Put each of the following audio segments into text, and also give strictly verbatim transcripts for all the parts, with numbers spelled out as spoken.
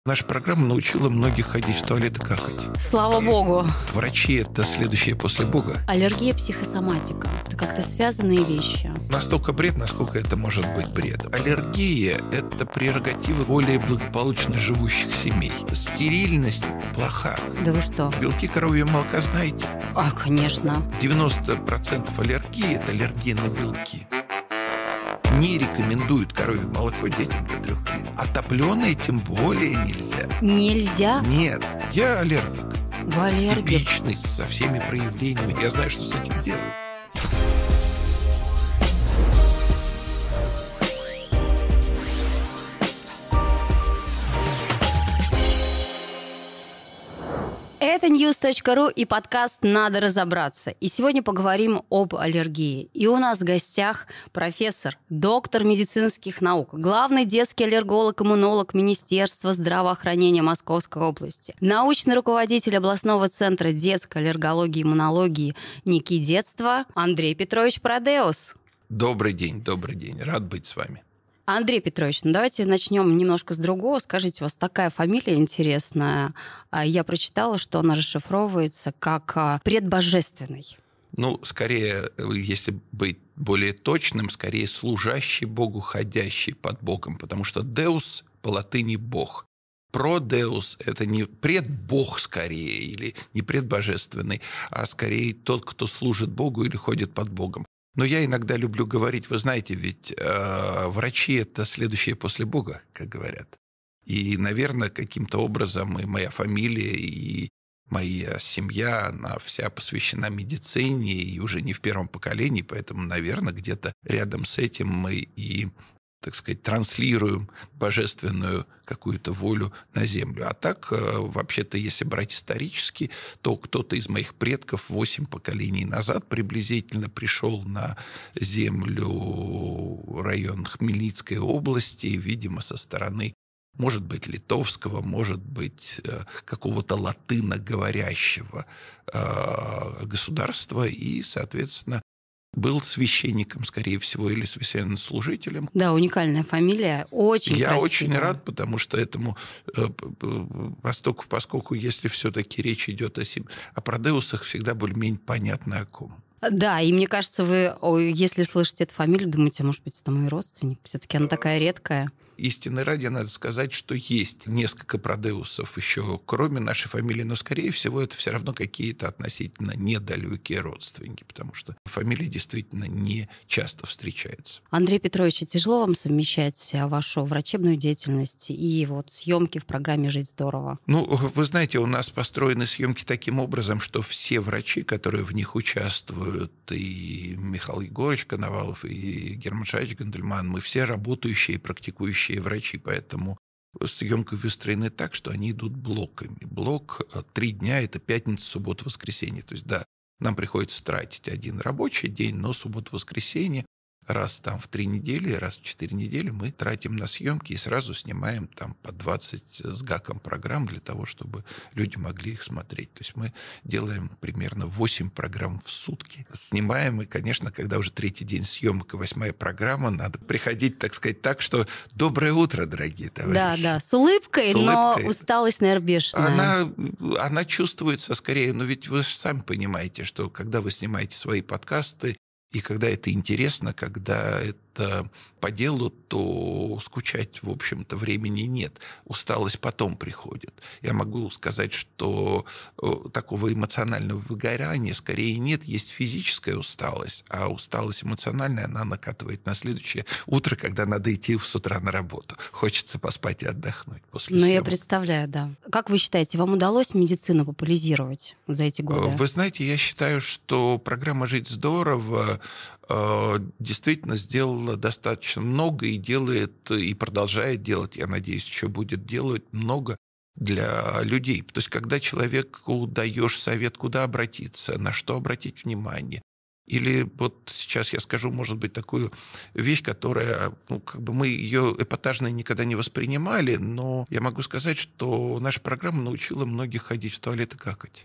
Наша программа научила многих ходить в туалет и какать. Слава богу. Врачи – это следующее после Бога. Аллергия, психосоматика – это как-то связанные вещи. Настолько бред, насколько это может быть бредом. Аллергия – это прерогатива более благополучно живущих семей. Стерильность плоха. Да вы что? Белки коровьего молока знаете? А, конечно. девяносто процентов аллергии – это аллергия на белки. Не рекомендуют коровье молоко детям до трех лет. А топленое тем более нельзя. Нельзя? Нет, я аллергик. Вы аллергик? Типичный, со всеми проявлениями. Я знаю, что с этим делать. Это ньюс точка ру и подкаст «Надо разобраться». И сегодня поговорим об аллергии. И у нас в гостях профессор, доктор медицинских наук, главный детский аллерголог-иммунолог Министерства здравоохранения Московской области, научный руководитель областного центра детской аллергологии и иммунологии НИКИ детства Андрей Петрович Продеус. Добрый день, добрый день. Рад быть с вами. Андрей Петрович, ну давайте начнем немножко с другого. Скажите, у вас такая фамилия интересная. Я прочитала, что она расшифровывается как предбожественный. Ну, скорее, если быть более точным, скорее служащий Богу, ходящий под Богом, потому что «деус» по латыни «бог». Продеус – это не предбог скорее, или не предбожественный, а скорее тот, кто служит Богу или ходит под Богом. Но я иногда люблю говорить, вы знаете, ведь э, врачи – это следующее после Бога, как говорят. И, наверное, каким-то образом и моя фамилия, и моя семья, она вся посвящена медицине, и уже не в первом поколении, поэтому, наверное, где-то рядом с этим мы и, так сказать, транслируем божественную какую-то волю на землю. А так, вообще-то, если брать исторически, то кто-то из моих предков восемь поколений назад приблизительно пришел на землю район Хмельницкой области, видимо, со стороны, может быть, литовского, может быть, какого-то латыноговорящего государства, и, соответственно, был священником, скорее всего, или священнослужителем. Да, уникальная фамилия, очень Я красивая. очень рад, потому что этому, поскольку, поскольку если все-таки речь идет о, сим... о продеусах, всегда более-менее понятно о ком. Да, и мне кажется, вы, если слышите эту фамилию, думаете, может быть, это мой родственник. Все-таки она такая редкая. Истинной ради надо сказать, что есть несколько продеусов еще, кроме нашей фамилии, но, скорее всего, это все равно какие-то относительно недалекие родственники, потому что фамилия действительно не часто встречается. Андрей Петрович, тяжело вам совмещать вашу врачебную деятельность и вот съемки в программе «Жить здорово»? Ну, вы знаете, у нас построены съемки таким образом, что все врачи, которые в них участвуют, и Михаил Егорович Коновалов, и Герман Шаевич Гандельман, мы все работающие и практикующие врачи, поэтому съемки выстроены так, что они идут блоками. Блок три дня – это пятница, суббота, воскресенье. То есть, да, нам приходится тратить один рабочий день, но суббота-воскресенье раз там в три недели, раз в четыре недели мы тратим на съемки и сразу снимаем там по двадцать с гаком программ для того, чтобы люди могли их смотреть. То есть мы делаем примерно восемь программ в сутки. Снимаем, и, конечно, когда уже третий день съемок и восьмая программа, надо приходить, так сказать, так, что «доброе утро, дорогие товарищи». Да, да, с улыбкой, с улыбкой. Но усталость, наверное, бешеная. Она, она чувствуется скорее, но ведь вы же сами понимаете, что когда вы снимаете свои подкасты, и когда это интересно, когда это по делу, то скучать, в общем-то, времени нет. Усталость потом приходит. Я могу сказать, что такого эмоционального выгорания скорее нет. Есть физическая усталость, а усталость эмоциональная, она накатывает на следующее утро, когда надо идти с утра на работу. Хочется поспать и отдохнуть после Ну, съемок. я представляю, да. Как вы считаете, вам удалось медицину популяризировать за эти годы? Вы знаете, я считаю, что программа «Жить здорово» действительно сделала достаточно много и делает, и продолжает делать, я надеюсь, еще будет делать много для людей. То есть, когда человеку даешь совет, куда обратиться, на что обратить внимание, или вот сейчас я скажу, может быть, такую вещь, которая, ну, как бы мы ее эпатажно никогда не воспринимали, но я могу сказать, что наша программа научила многих ходить в туалет и какать.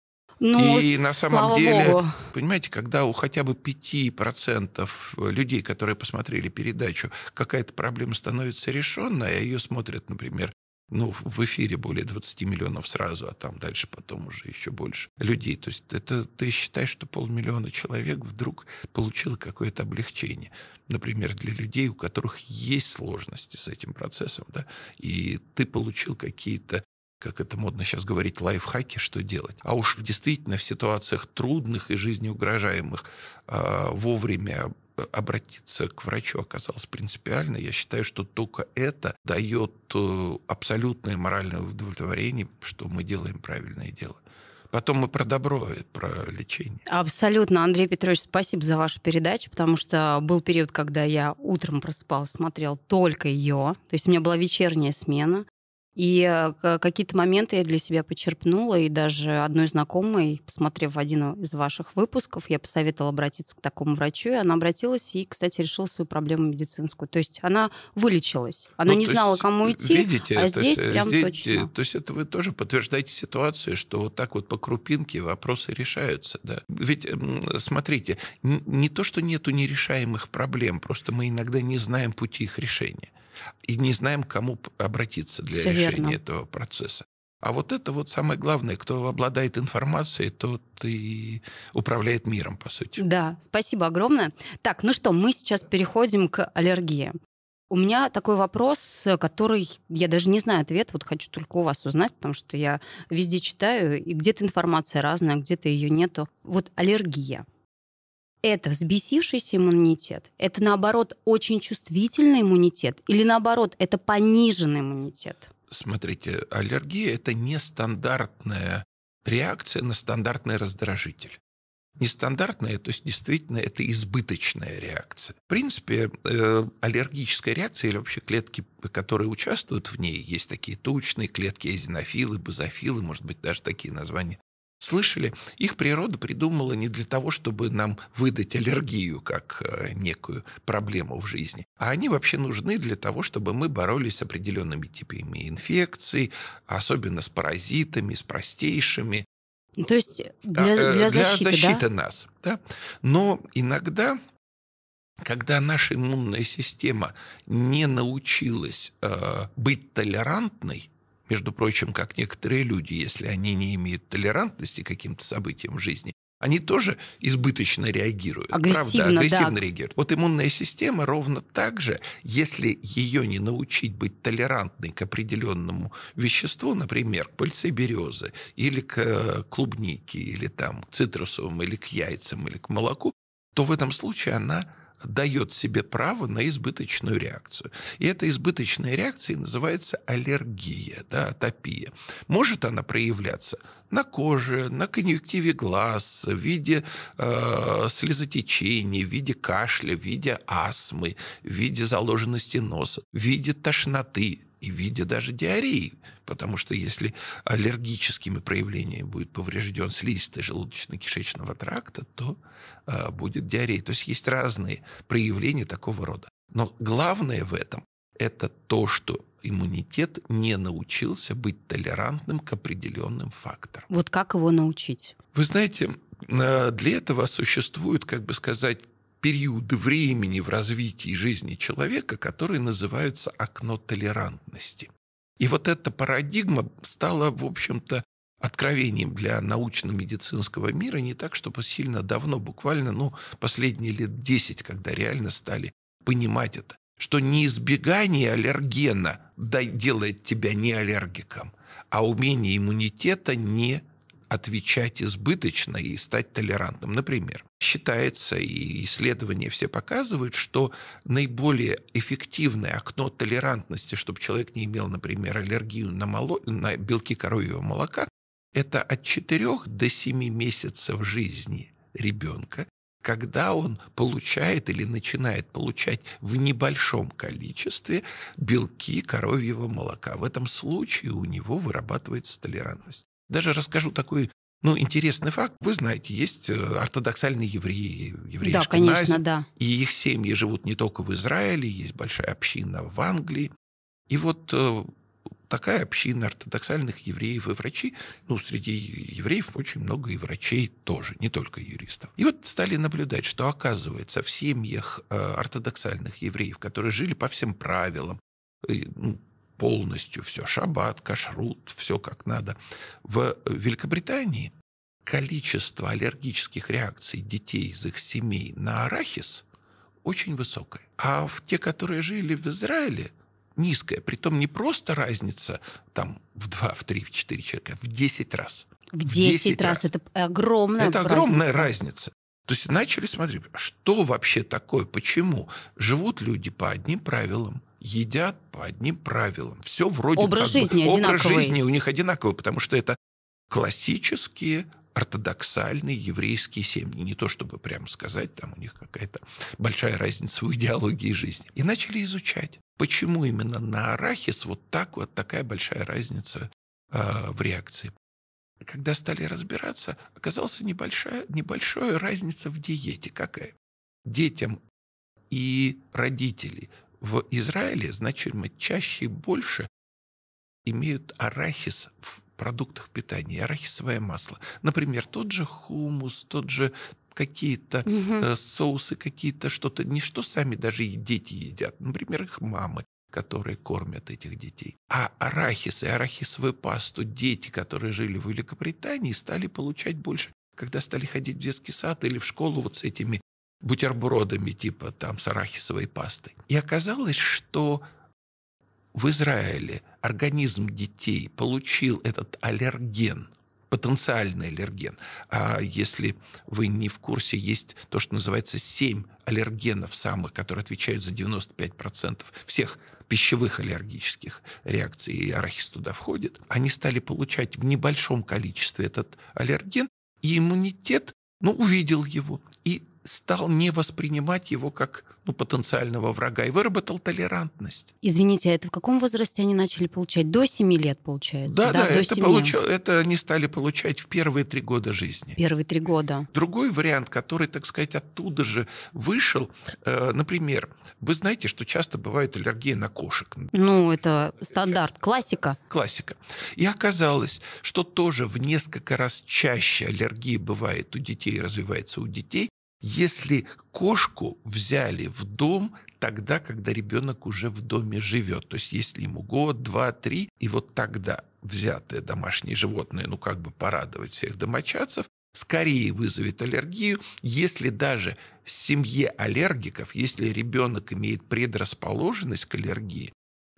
Ну, и на самом деле, Богу. понимаете, когда у хотя бы пяти процентов людей, которые посмотрели передачу, какая-то проблема становится решенной, а ее смотрят, например, Ну, в эфире более двадцати миллионов сразу, а там дальше потом уже еще больше людей. То есть это ты считаешь, что полмиллиона человек вдруг получило какое-то облегчение. Например, для людей, у которых есть сложности с этим процессом, да, и ты получил какие-то, как это модно сейчас говорить, лайфхаки, что делать. А уж действительно в ситуациях трудных и жизнеугрожаемых э, вовремя обратиться к врачу оказалось принципиально. Я считаю, что только это дает абсолютное моральное удовлетворение, что мы делаем правильное дело. Потом мы про добро, про лечение. Абсолютно, Андрей Петрович, спасибо за вашу передачу, потому что был период, когда я утром просыпалась, смотрел только ее. То есть у меня была вечерняя смена. И какие-то моменты я для себя почерпнула, и даже одной знакомой, посмотрев один из ваших выпусков, я посоветовала обратиться к такому врачу, и она обратилась и, кстати, решила свою проблему медицинскую. То есть она вылечилась. Она ну, не знала, есть, кому идти, видите, а здесь есть, прям здесь, точно. То есть это вы тоже подтверждаете ситуацию, что вот так вот по крупинке вопросы решаются. Да? Ведь, смотрите, не то, что нету нерешаемых проблем, просто мы иногда не знаем пути их решения. И не знаем, к кому обратиться для Все решения верно. этого процесса. А вот это вот самое главное, кто обладает информацией, тот и управляет миром, по сути. Да, спасибо огромное. Так, ну что, мы сейчас переходим к аллергии. У меня такой вопрос, который я даже не знаю ответ, вот хочу только у вас узнать, потому что я везде читаю, и где-то информация разная, а где-то ее нету. Вот аллергия. Это взбесившийся иммунитет? Это, наоборот, очень чувствительный иммунитет? Или, наоборот, это пониженный иммунитет? Смотрите, аллергия – это нестандартная реакция на стандартный раздражитель. Нестандартная, то есть действительно это избыточная реакция. В принципе, э, аллергическая реакция или вообще клетки, которые участвуют в ней, есть такие тучные клетки, эозинофилы, базофилы, может быть, даже такие названия. Слышали? Их природа придумала не для того, чтобы нам выдать аллергию как э, некую проблему в жизни, а они вообще нужны для того, чтобы мы боролись с определенными типами инфекций, особенно с паразитами, с простейшими. То есть для, для защиты, для защиты да? нас. Да? Но иногда, когда наша иммунная система не научилась э, быть толерантной, между прочим, как некоторые люди, если они не имеют толерантности к каким-то событиям в жизни, они тоже избыточно реагируют. Агрессивно, правда, агрессивно да. реагируют. Вот иммунная система ровно так же, если ее не научить быть толерантной к определенному веществу, например, к пыльце березы, или к клубнике, или там, к цитрусовым, или к яйцам, или к молоку, то в этом случае она дает себе право на избыточную реакцию. И эта избыточная реакция называется аллергия, да, атопия. Может она проявляться на коже, на конъюнктиве глаз, в виде э, слезотечения, в виде кашля, в виде астмы, в виде заложенности носа, в виде тошноты и в виде даже диареи. Потому что если аллергическими проявлениями будет поврежден слизистый желудочно-кишечного тракта, то э, будет диарея. То есть есть разные проявления такого рода. Но главное в этом – это то, что иммунитет не научился быть толерантным к определенным факторам. Вот как его научить? Вы знаете, э, для этого существуют, как бы сказать, периоды времени в развитии жизни человека, которые называются окно толерантности. И вот эта парадигма стала, в общем-то, откровением для научно-медицинского мира не так, чтобы сильно давно, буквально, ну, последние лет десять, когда реально стали понимать это, что не избегание аллергена делает тебя не аллергиком, а умение иммунитета не отвечать избыточно и стать толерантным. Например, считается, и исследования все показывают, что наиболее эффективное окно толерантности, чтобы человек не имел, например, аллергию на, моло... на белки коровьего молока, это от четырёх до семи месяцев жизни ребенка, когда он получает или начинает получать в небольшом количестве белки коровьего молока. В этом случае у него вырабатывается толерантность. Даже расскажу такой, ну, интересный факт. Вы знаете, есть ортодоксальные евреи, евреи да, Ашкенази, конечно, да. И их семьи живут не только в Израиле, есть большая община в Англии. И вот э, такая община ортодоксальных евреев и врачей, ну, среди евреев очень много и врачей тоже, не только юристов. И вот стали наблюдать, что, оказывается, в семьях э, ортодоксальных евреев, которые жили по всем правилам, э, ну, полностью все, шаббат, кашрут, все как надо. В Великобритании количество аллергических реакций детей из их семей на арахис очень высокое. А в те, которые жили в Израиле, низкая. Притом не просто разница там в два, в три, в четыре человека, в десять раз. В десять раз. Это огромная Это разница. огромная разница. То есть начали смотреть, что вообще такое, почему живут люди по одним правилам, едят по одним правилам. Все вроде образ как жизни бы, одинаковый. Образ жизни у них одинаковый, потому что это классические ортодоксальные еврейские семьи. Не то, чтобы прямо сказать, там у них какая-то большая разница в идеологии жизни. И начали изучать, почему именно на арахис вот так вот такая большая разница э, в реакции. Когда стали разбираться, оказалась небольшая, небольшая разница в диете. Какая? Детям и родители в Израиле значительно чаще и больше имеют арахис в продуктах питания, арахисовое масло. Например, тот же хумус, тот же какие-то угу. э, соусы, какие-то что-то, не что сами даже и дети едят. Например, их мамы, которые кормят этих детей. А арахис и арахисовую пасту дети, которые жили в Великобритании, стали получать больше, когда стали ходить в детский сад или в школу вот с этими бутербродами типа там с арахисовой пастой. И оказалось, что в Израиле организм детей получил этот аллерген, потенциальный аллерген. А если вы не в курсе, есть то, что называется семь аллергенов самых, которые отвечают за девяносто пять процентов всех пищевых аллергических реакций, и арахис туда входит. Они стали получать в небольшом количестве этот аллерген, и иммунитет, ну, увидел его и стал не воспринимать его как ну, потенциального врага и выработал толерантность. Извините, а это в каком возрасте они начали получать? До семи лет, получается? Да, да, да это, получ... это они стали получать в первые три года жизни. Первые три года. Другой вариант, который, так сказать, оттуда же вышел, э, например, вы знаете, что часто бывает аллергия на кошек. Ну, это стандарт, классика. Классика. И оказалось, что тоже в несколько раз чаще аллергия бывает у детей и развивается у детей, если кошку взяли в дом тогда, когда ребенок уже в доме живет. То есть если ему год, два, три, и вот тогда взятое домашнее животное, ну как бы порадовать всех домочадцев, скорее вызовет аллергию, если даже в семье аллергиков, если ребенок имеет предрасположенность к аллергии,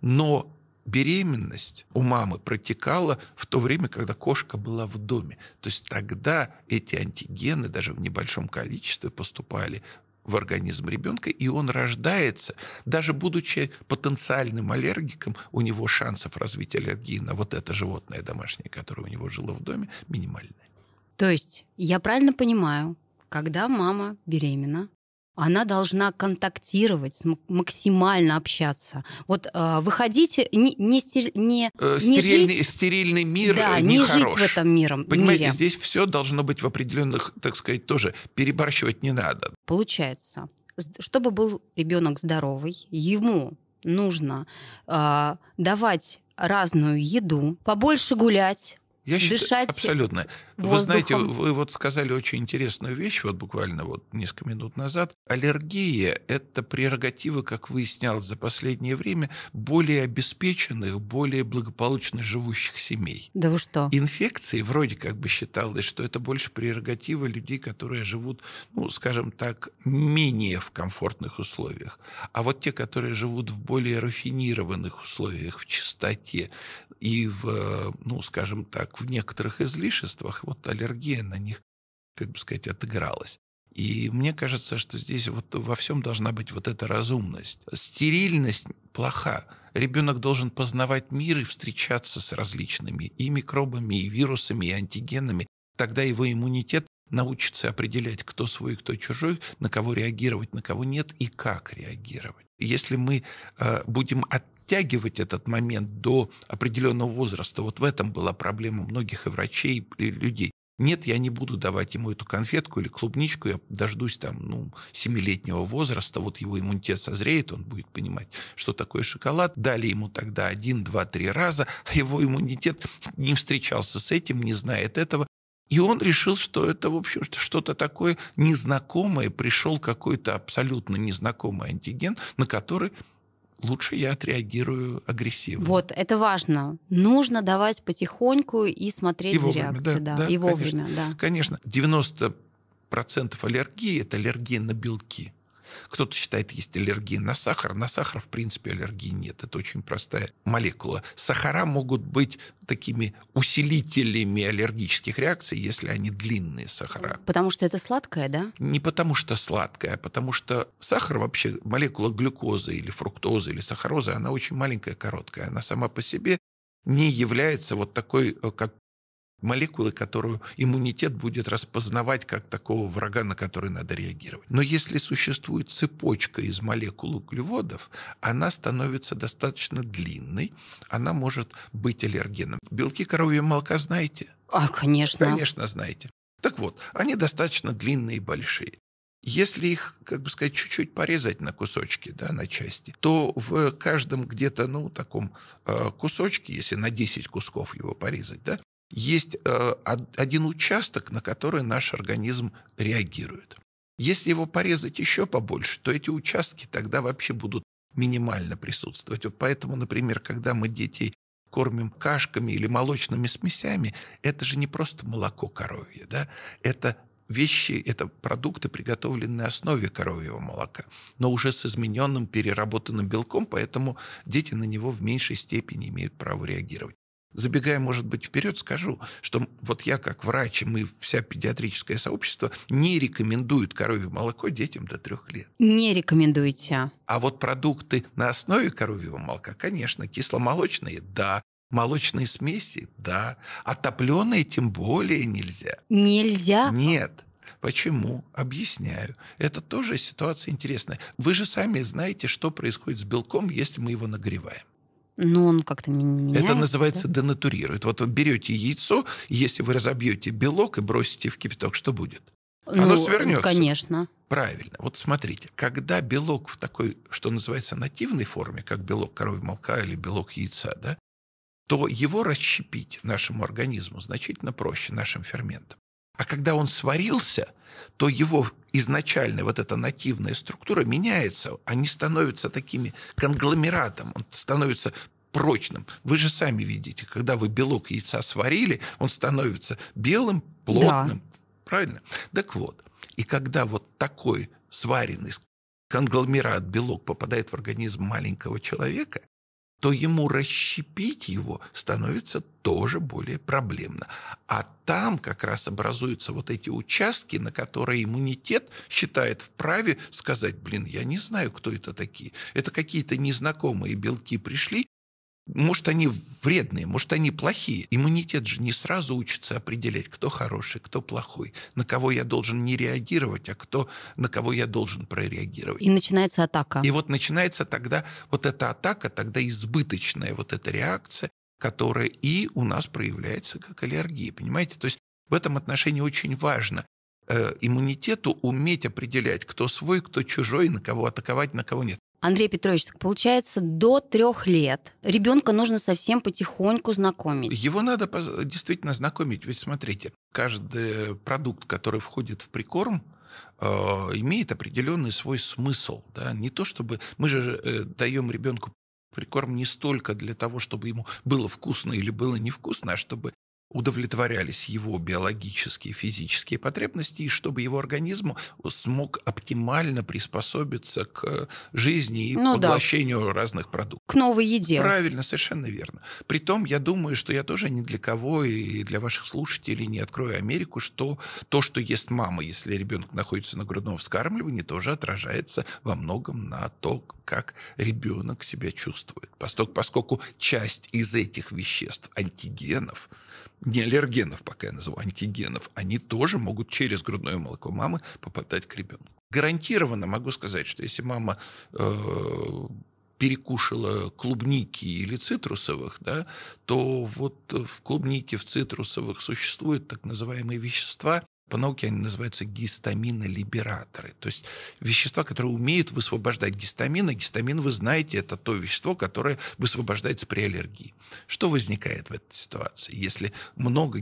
но беременность у мамы протекала в то время, когда кошка была в доме. То есть тогда эти антигены даже в небольшом количестве поступали в организм ребенка, и он рождается, даже будучи потенциальным аллергиком, у него шансов развить аллергию на вот это животное домашнее, которое у него жило в доме, минимальные. То есть я правильно понимаю, когда мама беременна, она должна контактировать, максимально общаться. Вот э, выходите, не, не, стер, не, э, не стерильный, жить... стерильный мир да, не не хорош. жить в этом миром, Понимаете, мире. Здесь все должно быть в определенных, так сказать, тоже перебарщивать не надо. Получается, чтобы был ребенок здоровый, ему нужно э, давать разную еду, побольше гулять, Я считаю, дышать абсолютно. воздухом. Вы знаете, вы вот сказали очень интересную вещь, вот буквально вот несколько минут назад. Аллергия – это прерогатива, как выяснялось за последнее время, более обеспеченных, более благополучно живущих семей. Да вы что? Инфекции вроде как бы считалось, что это больше прерогатива людей, которые живут, ну, скажем так, менее в комфортных условиях. А вот те, которые живут в более рафинированных условиях, в чистоте и в, ну, скажем так, в некоторых излишествах, вот аллергия на них, как бы сказать, отыгралась. И мне кажется, что здесь вот во всем должна быть вот эта разумность. Стерильность плоха. Ребенок должен познавать мир и встречаться с различными и микробами, и вирусами, и антигенами. Тогда его иммунитет научится определять, кто свой, кто чужой, на кого реагировать, на кого нет и как реагировать. Если мы э, будем оттягивать этот момент до определенного возраста, вот в этом была проблема многих и врачей, и людей. Нет, я не буду давать ему эту конфетку или клубничку, я дождусь там, ну, семилетнего возраста, вот его иммунитет созреет, он будет понимать, что такое шоколад. Дали ему тогда один, два, три раза, а его иммунитет не встречался с этим, не знает этого. И он решил, что это, в общем, что-то такое незнакомое, пришел какой-то абсолютно незнакомый антиген, на который лучше я отреагирую агрессивно. Вот, это важно. Нужно давать потихоньку и смотреть И за вовремя, реакцией. да, Да, да, и вовремя, конечно. да. Конечно, девяносто процентов аллергии – это аллергия на белки. Кто-то считает, есть аллергия на сахар. На сахар, в принципе, аллергии нет. Это очень простая молекула. Сахара могут быть такими усилителями аллергических реакций, если они длинные сахара. Потому что это сладкое, да? Не потому что сладкое, а потому что сахар вообще, молекула глюкозы или фруктозы или сахарозы, она очень маленькая, короткая. Она сама по себе не является вот такой, как молекулы, которую иммунитет будет распознавать как такого врага, на который надо реагировать. Но если существует цепочка из молекул углеводов, она становится достаточно длинной, она может быть аллергеном. Белки коровьего молока знаете? А, конечно. Конечно, знаете. Так вот, они достаточно длинные и большие. Если их, как бы сказать, чуть-чуть порезать на кусочки, да, на части, то в каждом где-то, ну, таком э, кусочке, если на десять кусков его порезать, да, есть э, один участок, на который наш организм реагирует. Если его порезать еще побольше, то эти участки тогда вообще будут минимально присутствовать. Вот поэтому, например, когда мы детей кормим кашками или молочными смесями, это же не просто молоко коровье, да? Это вещи, это продукты, приготовленные на основе коровьего молока, но уже с измененным переработанным белком, поэтому дети на него в меньшей степени имеют право реагировать. Забегая, может быть, вперед, скажу, что вот я как врач, и мы, вся педиатрическое сообщество, не рекомендует коровье молоко детям до трех лет. Не рекомендуете. А вот продукты на основе коровьего молока, конечно, кисломолочные, да. Молочные смеси, да. А топленые тем более нельзя. Нельзя? Нет. Почему? Объясняю. Это тоже ситуация интересная. Вы же сами знаете, что происходит с белком, если мы его нагреваем. Ну, он как-то меняется. Это называется да? денатурирует. Вот вы берете яйцо, если вы разобьете белок и бросите в кипяток, что будет? Ну, Оно свернется. Конечно. Правильно. Вот смотрите, когда белок в такой, что называется, нативной форме, как белок коровьего молока или белок яйца, да, то его расщепить нашему организму значительно проще, нашим ферментам. А когда он сварился, то его изначальная вот эта нативная структура меняется. Они становятся такими конгломератом, он становится прочным. Вы же сами видите, когда вы белок яйца сварили, он становится белым, плотным. Да. Правильно? Так вот, и когда вот такой сваренный конгломерат белок попадает в организм маленького человека, то ему расщепить его становится тоже более проблемно. А там как раз образуются вот эти участки, на которые иммунитет считает вправе сказать: блин, я не знаю, кто это такие. Это какие-то незнакомые белки пришли. Может, они вредные, может, они плохие. Иммунитет же не сразу учится определять, кто хороший, кто плохой, на кого я должен не реагировать, а кто, на кого я должен прореагировать. И начинается атака. И вот начинается тогда вот эта атака, тогда избыточная вот эта реакция, которая и у нас проявляется как аллергия. Понимаете? То есть в этом отношении очень важно э, иммунитету уметь определять, кто свой, кто чужой, на кого атаковать, на кого нет. Андрей Петрович, так получается, до трех лет ребенка нужно совсем потихоньку знакомить. Его надо действительно знакомить. Ведь смотрите, каждый продукт, который входит в прикорм, э, имеет определенный свой смысл. Да? Не то чтобы... Мы же э, даем ребенку прикорм не столько для того, чтобы ему было вкусно или было невкусно, а чтобы удовлетворялись его биологические, физические потребности, и чтобы его организм смог оптимально приспособиться к жизни и ну, поглощению да. разных продуктов. К новой еде. Правильно, совершенно верно. Притом, я думаю, что я тоже ни для кого и для ваших слушателей не открою Америку, что то, что ест мама, если ребенок находится на грудном вскармливании, тоже отражается во многом на то, как ребенок себя чувствует. Поскольку часть из этих веществ, антигенов, не аллергенов, пока я назову, антигенов, они тоже могут через грудное молоко мамы попадать к ребенку. Гарантированно могу сказать, что если мама э, перекушала клубники или цитрусовых, да, то вот в клубнике, в цитрусовых существуют так называемые вещества, По науке они называются гистаминолибераторы. То есть вещества, которые умеют высвобождать гистамин. А гистамин, вы знаете, это то вещество, которое высвобождается при аллергии. Что возникает в этой ситуации? Если много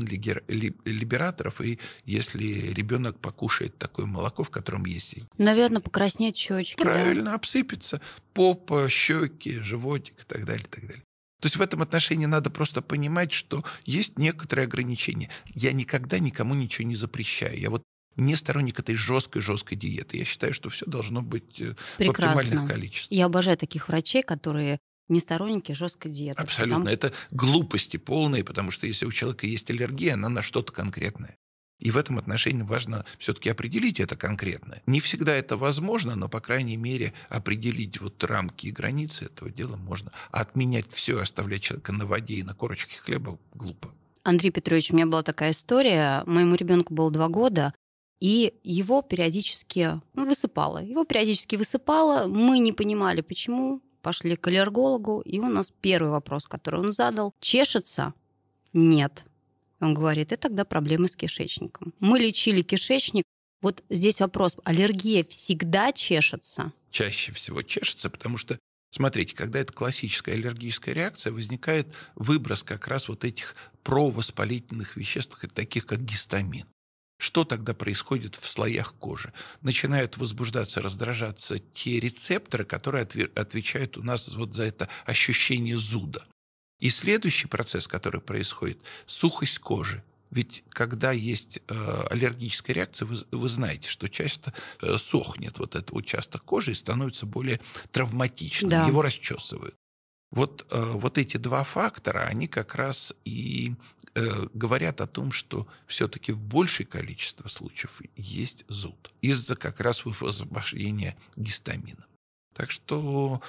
гистаминолибераторов, и если ребенок покушает такое молоко, в котором есть... Наверное, покраснеют щечки. Правильно, да? обсыпется попа, щеки, животик и так далее, и так далее. То есть в этом отношении надо просто понимать, что есть некоторые ограничения. Я никогда никому ничего не запрещаю. Я вот не сторонник этой жесткой-жесткой диеты. Я считаю, что все должно быть Прекрасно. В оптимальных количествах. Я обожаю таких врачей, которые не сторонники жесткой диеты. Абсолютно. Потому... Это глупости полные, потому что если у человека есть аллергия, она на что-то конкретное. И в этом отношении важно все-таки определить это конкретно. Не всегда это возможно, но, по крайней мере, определить вот рамки и границы этого дела можно. А отменять все, оставлять человека на воде и на корочке хлеба глупо. Андрей Петрович, у меня была такая история. Моему ребенку было два года, и его периодически высыпало. Его периодически высыпало. Мы не понимали, почему. Пошли к аллергологу, и у нас первый вопрос, который он задал. Чешется? Нет. Он говорит, и тогда проблемы с кишечником. Мы лечили кишечник. Вот здесь вопрос, аллергия всегда чешется? Чаще всего чешется, потому что, смотрите, когда это классическая аллергическая реакция, возникает выброс как раз вот этих провоспалительных веществ, таких как гистамин. Что тогда происходит в слоях кожи? Начинают возбуждаться, раздражаться те рецепторы, которые отвечают у нас вот за это ощущение зуда. И следующий процесс, который происходит, сухость кожи. Ведь когда есть э, аллергическая реакция, вы, вы знаете, что часто э, сохнет вот этот участок кожи и становится более травматичным, да. Его расчесывают. Вот, э, вот эти два фактора, они как раз и э, говорят о том, что все-таки в большее количество случаев есть зуд из-за как раз высвобождения гистамина. Так что,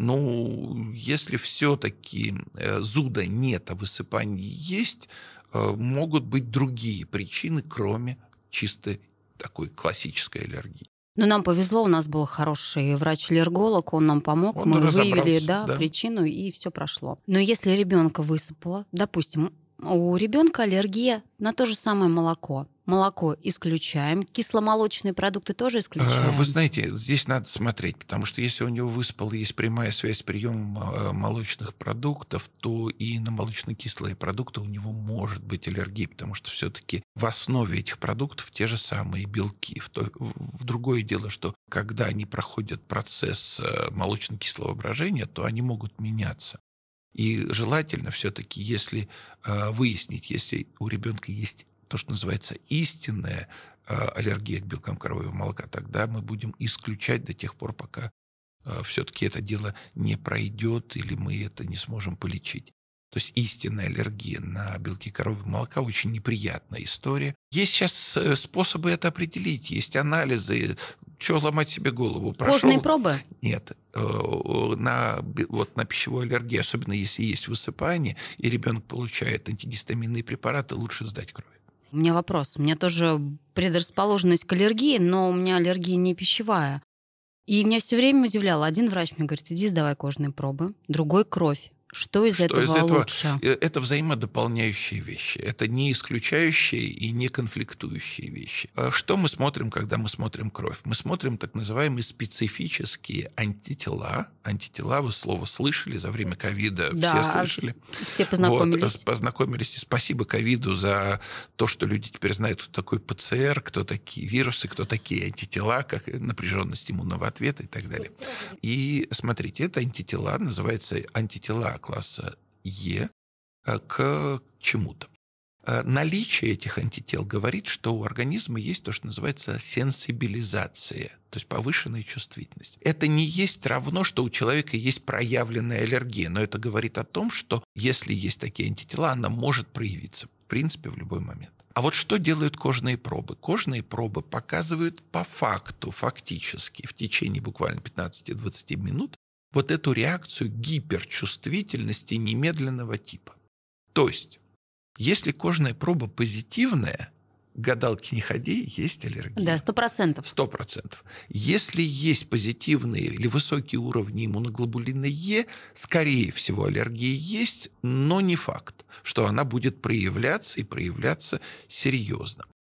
ну, если все-таки зуда нет, а высыпание есть, могут быть другие причины, кроме чистой такой классической аллергии. Но нам повезло, у нас был хороший врач-аллерголог, он нам помог, он мы выявили да, да. причину, и все прошло. Но если ребенка высыпало, допустим, у ребенка аллергия на то же самое молоко. Молоко исключаем, кисломолочные продукты тоже исключаем. Вы знаете, здесь надо смотреть, потому что если у него выспало, есть прямая связь с приемом молочных продуктов, то и на молочно-кислые продукты у него может быть аллергия, потому что все-таки в основе этих продуктов те же самые белки. В, то, в другое дело, что когда они проходят процесс молочно-кислого брожения, то они могут меняться. И желательно все-таки, если э, выяснить, если у ребенка есть то, что называется истинная э, аллергия к белкам коровьего молока, тогда мы будем исключать до тех пор, пока э, все-таки это дело не пройдет или мы это не сможем полечить. То есть истинная аллергия на белки коровьего молока очень неприятная история. Есть сейчас способы это определить, есть анализы. Чего ломать себе голову? Прошел... Кожные пробы? Нет. На, вот на пищевую аллергию, особенно если есть высыпание, и ребенок получает антигистаминные препараты, лучше сдать кровь. У меня вопрос. У меня тоже предрасположенность к аллергии, но у меня аллергия не пищевая. И меня все время удивляло. Один врач мне говорит, иди сдавай кожные пробы, другой кровь. Что из Что этого из этого лучше? Это взаимодополняющие вещи. Это не исключающие и не конфликтующие вещи. Что мы смотрим, когда мы смотрим кровь? Мы смотрим так называемые специфические антитела. Антитела, вы слово слышали, за время ковида да, все слышали. Все познакомились. Вот, познакомились. И спасибо ковиду за то, что люди теперь знают, кто такой ПЦР, кто такие вирусы, кто такие антитела, как напряженность иммунного ответа и так далее. И смотрите, это антитела, называется антитела класса Е к чему-то. Наличие этих антител говорит, что у организма есть то, что называется сенсибилизация, то есть повышенная чувствительность. Это не есть равно, что у человека есть проявленная аллергия, но это говорит о том, что если есть такие антитела, она может проявиться, в принципе, в любой момент. А вот что делают кожные пробы? Кожные пробы показывают по факту, фактически, в течение буквально пятнадцати-двадцати минут, вот эту реакцию гиперчувствительности немедленного типа. То есть, если кожная проба позитивная, к гадалке не ходи, есть аллергия. Да, сто процентов. Сто процентов. Если есть позитивные или высокие уровни иммуноглобулина Е, скорее всего, аллергия есть, но не факт, что она будет проявляться и проявляться серьезно.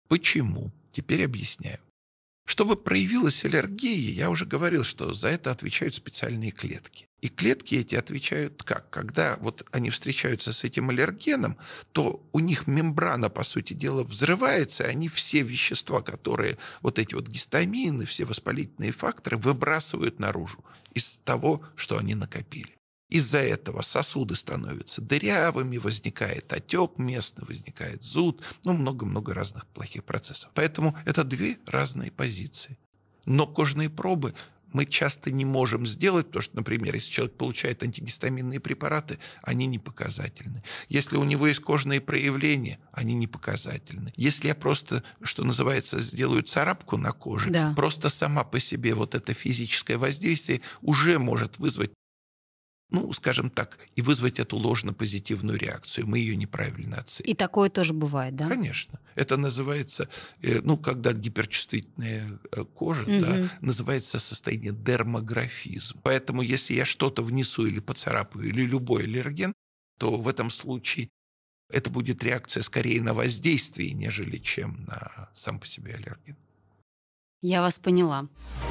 Почему? Теперь объясняю. Чтобы проявилась аллергия, я уже говорил, что за это отвечают специальные клетки. И клетки эти отвечают как? Когда вот они встречаются с этим аллергеном, то у них мембрана, по сути дела, взрывается, и они все вещества, которые, вот эти вот гистамины, все воспалительные факторы выбрасывают наружу из того, что они накопили. Из-за этого сосуды становятся дырявыми, возникает отек местный, возникает зуд, ну, много-много разных плохих процессов. Поэтому это две разные позиции. Но кожные пробы мы часто не можем сделать, потому что, например, если человек получает антигистаминные препараты, они не показательны. Если у него есть кожные проявления, они не показательны. Если я просто, что называется, сделаю царапку на коже, Да. просто сама по себе вот это физическое воздействие уже может вызвать, ну, скажем так, и вызвать эту ложно-позитивную реакцию. Мы ее неправильно оценим. И такое тоже бывает, да? Конечно. Это называется, э, ну, когда гиперчувствительная э, кожа, Мгм. да, называется состояние дермографизм. Поэтому если я что-то внесу или поцарапаю, или любой аллерген, то в этом случае это будет реакция скорее на воздействие, нежели чем на сам по себе аллерген. Я вас поняла.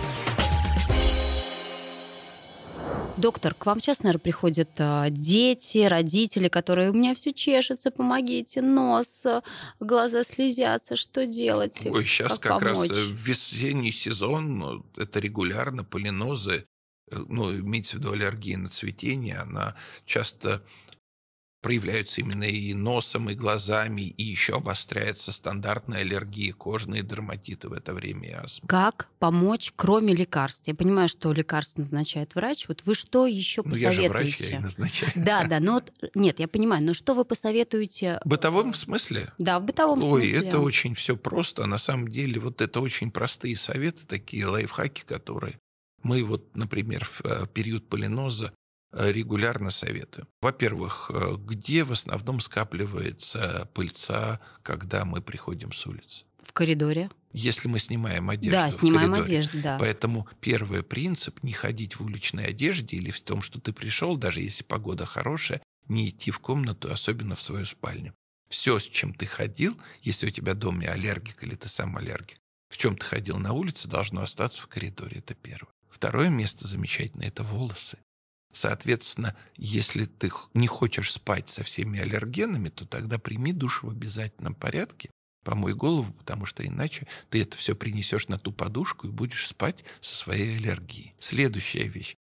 Доктор, к вам часто, наверное, приходят а, дети, родители, которые: у меня все чешется, помогите, нос, а, глаза слезятся, что делать? Ой, сейчас как, раз помочь? э, весенний сезон, ну, это регулярно полинозы, э, ну, имеется в виду аллергия на цветение, она часто проявляются именно и носом, и глазами, и еще обостряется стандартная аллергия, кожные дерматиты в это время и астма. Как помочь, кроме лекарств? Я понимаю, что лекарства назначает врач. Вот вы что еще Ну, я же посоветуете? врач, я и назначаю. Да, да, ну вот, нет, я понимаю, но что вы посоветуете? В бытовом смысле? Да, в бытовом Ой, смысле. это очень все просто. На самом деле, вот это очень простые советы, такие лайфхаки, которые мы вот, например, в э, период полиноза э, регулярно советуем. Во-первых, э, где в основном скапливается пыльца, когда мы приходим с улицы? В коридоре? Если мы снимаем одежду Да, в снимаем коридоре. одежду, да. Поэтому первый принцип — не ходить в уличной одежде или в том, что ты пришел, даже если погода хорошая, не идти в комнату, особенно в свою спальню. Все, с чем ты ходил, если у тебя в доме аллергик или ты сам аллергик, в чем ты ходил на улице, должно остаться в коридоре. Это первое. Второе место замечательное — это волосы. Соответственно, если ты х- не хочешь спать со всеми аллергенами, то тогда прими душ в обязательном порядке, помой голову, потому что иначе ты это все принесешь на ту подушку и будешь спать со своей аллергией. Следующая вещь.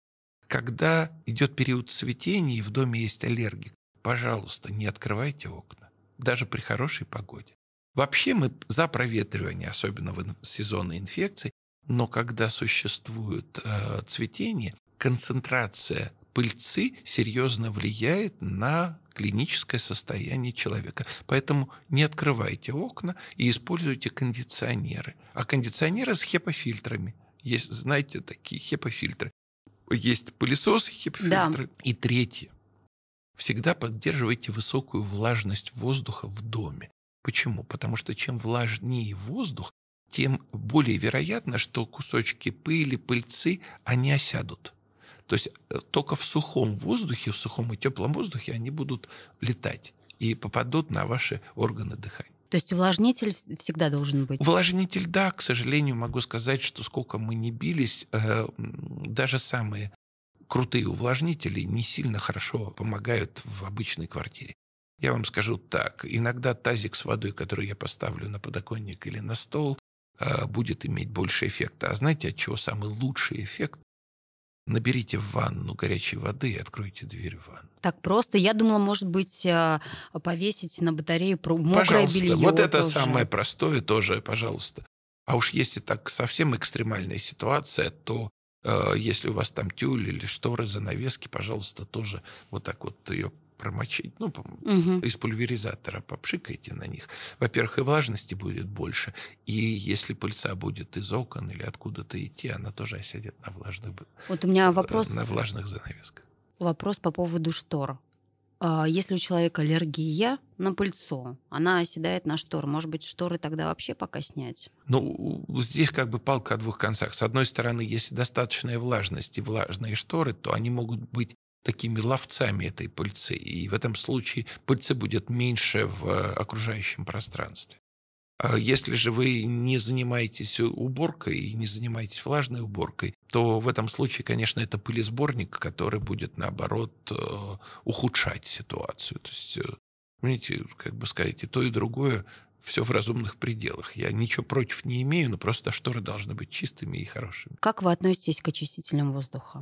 Когда идет период цветения и в доме есть аллергик, пожалуйста, не открывайте окна, даже при хорошей погоде. Вообще мы за проветривание, особенно в ин- сезонной инфекции, но когда существует э, цветение, концентрация пыльцы серьезно влияет на клиническое состояние человека. Поэтому не открывайте окна и используйте кондиционеры. А кондиционеры с хепа-фильтрами. Есть, знаете, такие хепа-фильтры. Есть пылесосы, хепа-фильтры. И третье. Всегда поддерживайте высокую влажность воздуха в доме. Почему? Потому что чем влажнее воздух, тем более вероятно, что кусочки пыли, пыльцы, они осядут. То есть э, только в сухом воздухе, в сухом и теплом воздухе они будут летать и попадут на ваши органы дыхания. То есть увлажнитель вс- всегда должен быть? Увлажнитель, да, к сожалению, могу сказать, что сколько мы не бились, э, м, даже самые крутые увлажнители не сильно хорошо помогают в обычной квартире. Я вам скажу так, иногда тазик с водой, который я поставлю на подоконник или на стол, э, будет иметь больше эффекта. А знаете, от чего самый лучший эффект? Наберите в ванну горячей воды и откройте дверь в ванну. Так просто. Я думала, может быть, а, повесить на батарею про- мокрое Пожалуйста, белье. вот это тоже. самое простое тоже, пожалуйста. А уж если так совсем экстремальная ситуация, то э, если у вас там тюль или шторы, занавески, пожалуйста, тоже вот так вот ее промочить, ну, по- Мгм. из пульверизатора попшикайте на них. Во-первых, и влажности будет больше, и если пыльца будет из окон или откуда-то идти, она тоже осядет на влажных, б- Вот у меня э, вопрос, на влажных занавесках. вопрос по поводу штор. А, Если у человека аллергия на пыльцу, она оседает на шторы. Может быть, шторы тогда вообще пока снять? Ну, здесь как бы палка о двух концах. С одной стороны, если достаточная влажность и влажные шторы, то они могут быть такими ловцами этой пыльцы. И в этом случае пыльцы будет меньше в окружающем пространстве. А если же вы не занимаетесь уборкой и не занимаетесь влажной уборкой, то в этом случае, конечно, это пылесборник, который будет, наоборот, ухудшать ситуацию. То есть, понимаете, как бы сказать, и то, и другое все в разумных пределах. Я ничего против не имею, но просто шторы должны быть чистыми и хорошими. Как вы относитесь к очистителям воздуха?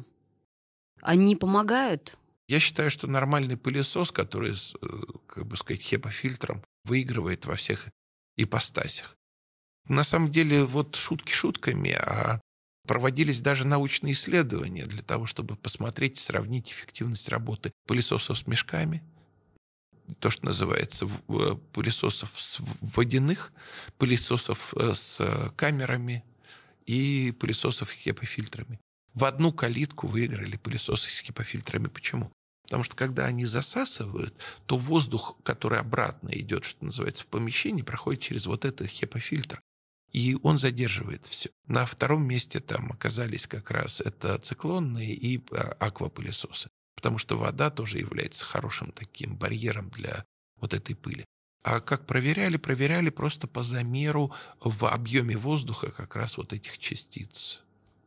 Они помогают? Я считаю, что нормальный пылесос, который с, как бы сказать, хепа-фильтром, выигрывает во всех ипостасях. На самом деле, вот шутки шутками, а проводились даже научные исследования для того, чтобы посмотреть и сравнить эффективность работы пылесосов с мешками, то, что называется пылесосов с водяных, пылесосов с камерами и пылесосов с хепа-фильтрами. В одну калитку выиграли пылесосы с хепа-фильтрами. Почему? Потому что когда они засасывают, то воздух, который обратно идет, что называется, в помещении, проходит через вот этот хепа-фильтр. И он задерживает все. На втором месте там оказались как раз это циклонные и аквапылесосы. Потому что вода тоже является хорошим таким барьером для вот этой пыли. А как проверяли? Проверяли просто по замеру в объеме воздуха как раз вот этих частиц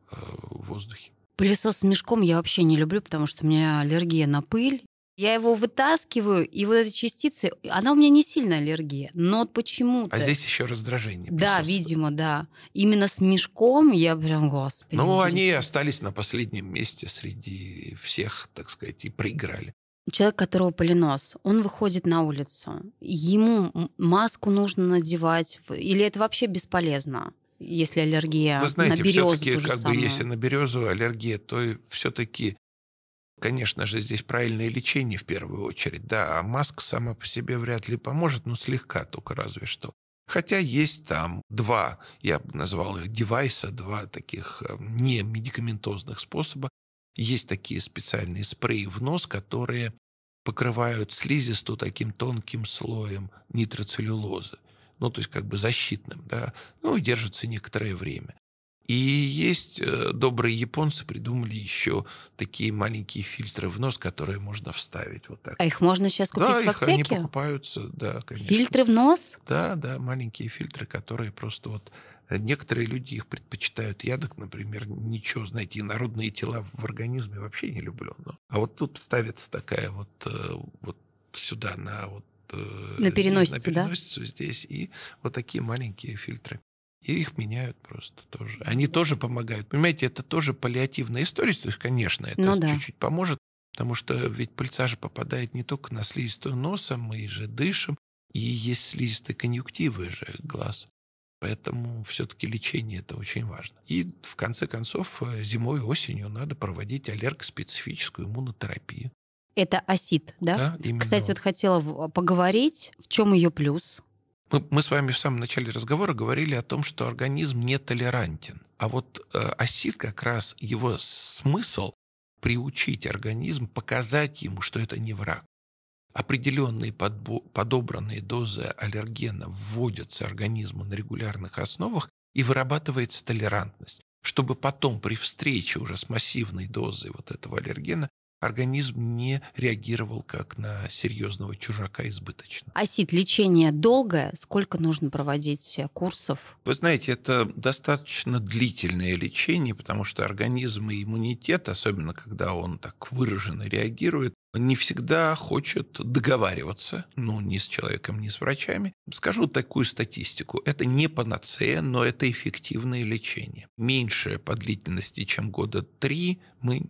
в воздухе. Пылесос с мешком я вообще не люблю, потому что у меня аллергия на пыль. Я его вытаскиваю, и вот эти частицы, она у меня не сильная аллергия, но почему-то... А здесь еще раздражение. Да, видимо, да. Именно с мешком я прям, господи. Ну, они и остались на последнем месте среди всех, так сказать, и проиграли. Человек, у которого пыленос, он выходит на улицу, ему маску нужно надевать, или это вообще бесполезно? Если аллергия Вы знаете, на березу, все-таки, как самое. бы, если на березу аллергия, то все-таки, конечно же, здесь правильное лечение в первую очередь. Да, а маска сама по себе вряд ли поможет, но слегка только разве что. Хотя есть там два, я бы назвал их девайса, два таких не медикаментозных способа. Есть такие специальные спреи в нос, которые покрывают слизистую таким тонким слоем нитроцеллюлозы. Ну, то есть как бы защитным, да, ну, и держится некоторое время. И есть э, добрые японцы придумали еще такие маленькие фильтры в нос, которые можно вставить вот так. А их можно сейчас купить да, в их, аптеке? они покупаются, да, конечно. Фильтры в нос? Да, да, маленькие фильтры, которые просто вот... Некоторые люди их предпочитают. Я, так, например, ничего, знаете, инородные тела в организме вообще не люблю. Но... А вот тут ставится такая вот, э, вот сюда, на вот На переносицу, на переносицу, да? Здесь. И вот такие маленькие фильтры. И их меняют просто тоже. Они тоже помогают. Понимаете, это тоже паллиативная история. То есть, конечно, это ну, чуть-чуть да. поможет. Потому что ведь пыльца же попадает не только на слизистую носа, мы же дышим. И есть слизистые конъюнктивы же глаз. Поэтому все-таки лечение – это очень важно. И в конце концов зимой и осенью надо проводить аллергоспецифическую иммунотерапию. Это осит, да? Да, именно. Кстати, вот хотела поговорить, в чем ее плюс? Мы, мы с вами в самом начале разговора говорили о том, что организм не толерантен. А вот э, осит как раз его смысл приучить организм, показать ему, что это не враг. Определенные подбо- подобранные дозы аллергена вводятся организму на регулярных основах и вырабатывается толерантность, чтобы потом при встрече уже с массивной дозой вот этого аллергена организм не реагировал как на серьезного чужака избыточно. Осит, лечение долгое? Сколько нужно проводить курсов? Вы знаете, это достаточно длительное лечение, потому что организм и иммунитет, особенно когда он так выраженно реагирует, не всегда хочет договариваться, ну, ни с человеком, ни с врачами. Скажу такую статистику. Это не панацея, но это эффективное лечение. Меньше по длительности, чем года три, мы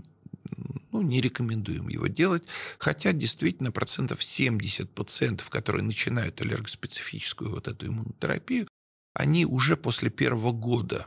ну, не рекомендуем его делать. Хотя действительно процентов семьдесят пациентов, которые начинают аллергоспецифическую вот эту иммунотерапию, они уже после первого года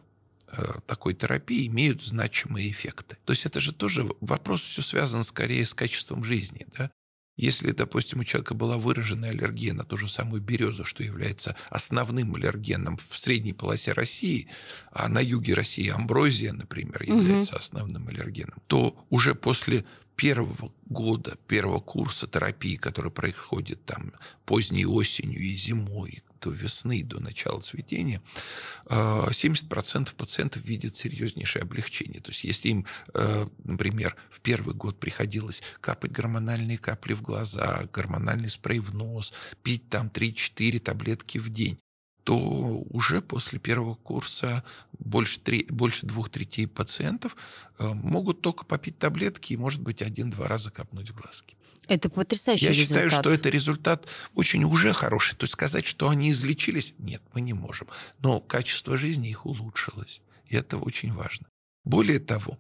такой терапии имеют значимые эффекты. То есть это же тоже вопрос все связан скорее с качеством жизни. Да? Если, допустим, у человека была выраженная аллергия на ту же самую березу, что является основным аллергеном в средней полосе России, а на юге России амброзия, например, является угу. основным аллергеном, то уже после первого года, первого курса терапии, который происходит там поздней осенью и зимой, до весны, до начала цветения, семьдесят процентов пациентов видят серьезнейшее облегчение. То есть если им, например, в первый год приходилось капать гормональные капли в глаза, гормональный спрей в нос, пить там три-четыре таблетки в день, то уже после первого курса больше, три, больше двух третей пациентов могут только попить таблетки и, может быть, один-два раза капнуть в глазки. Это потрясающий Я результат. считаю, что это результат очень уже хороший. То есть сказать, что они излечились, нет, мы не можем. Но качество жизни их улучшилось. И это очень важно. Более того,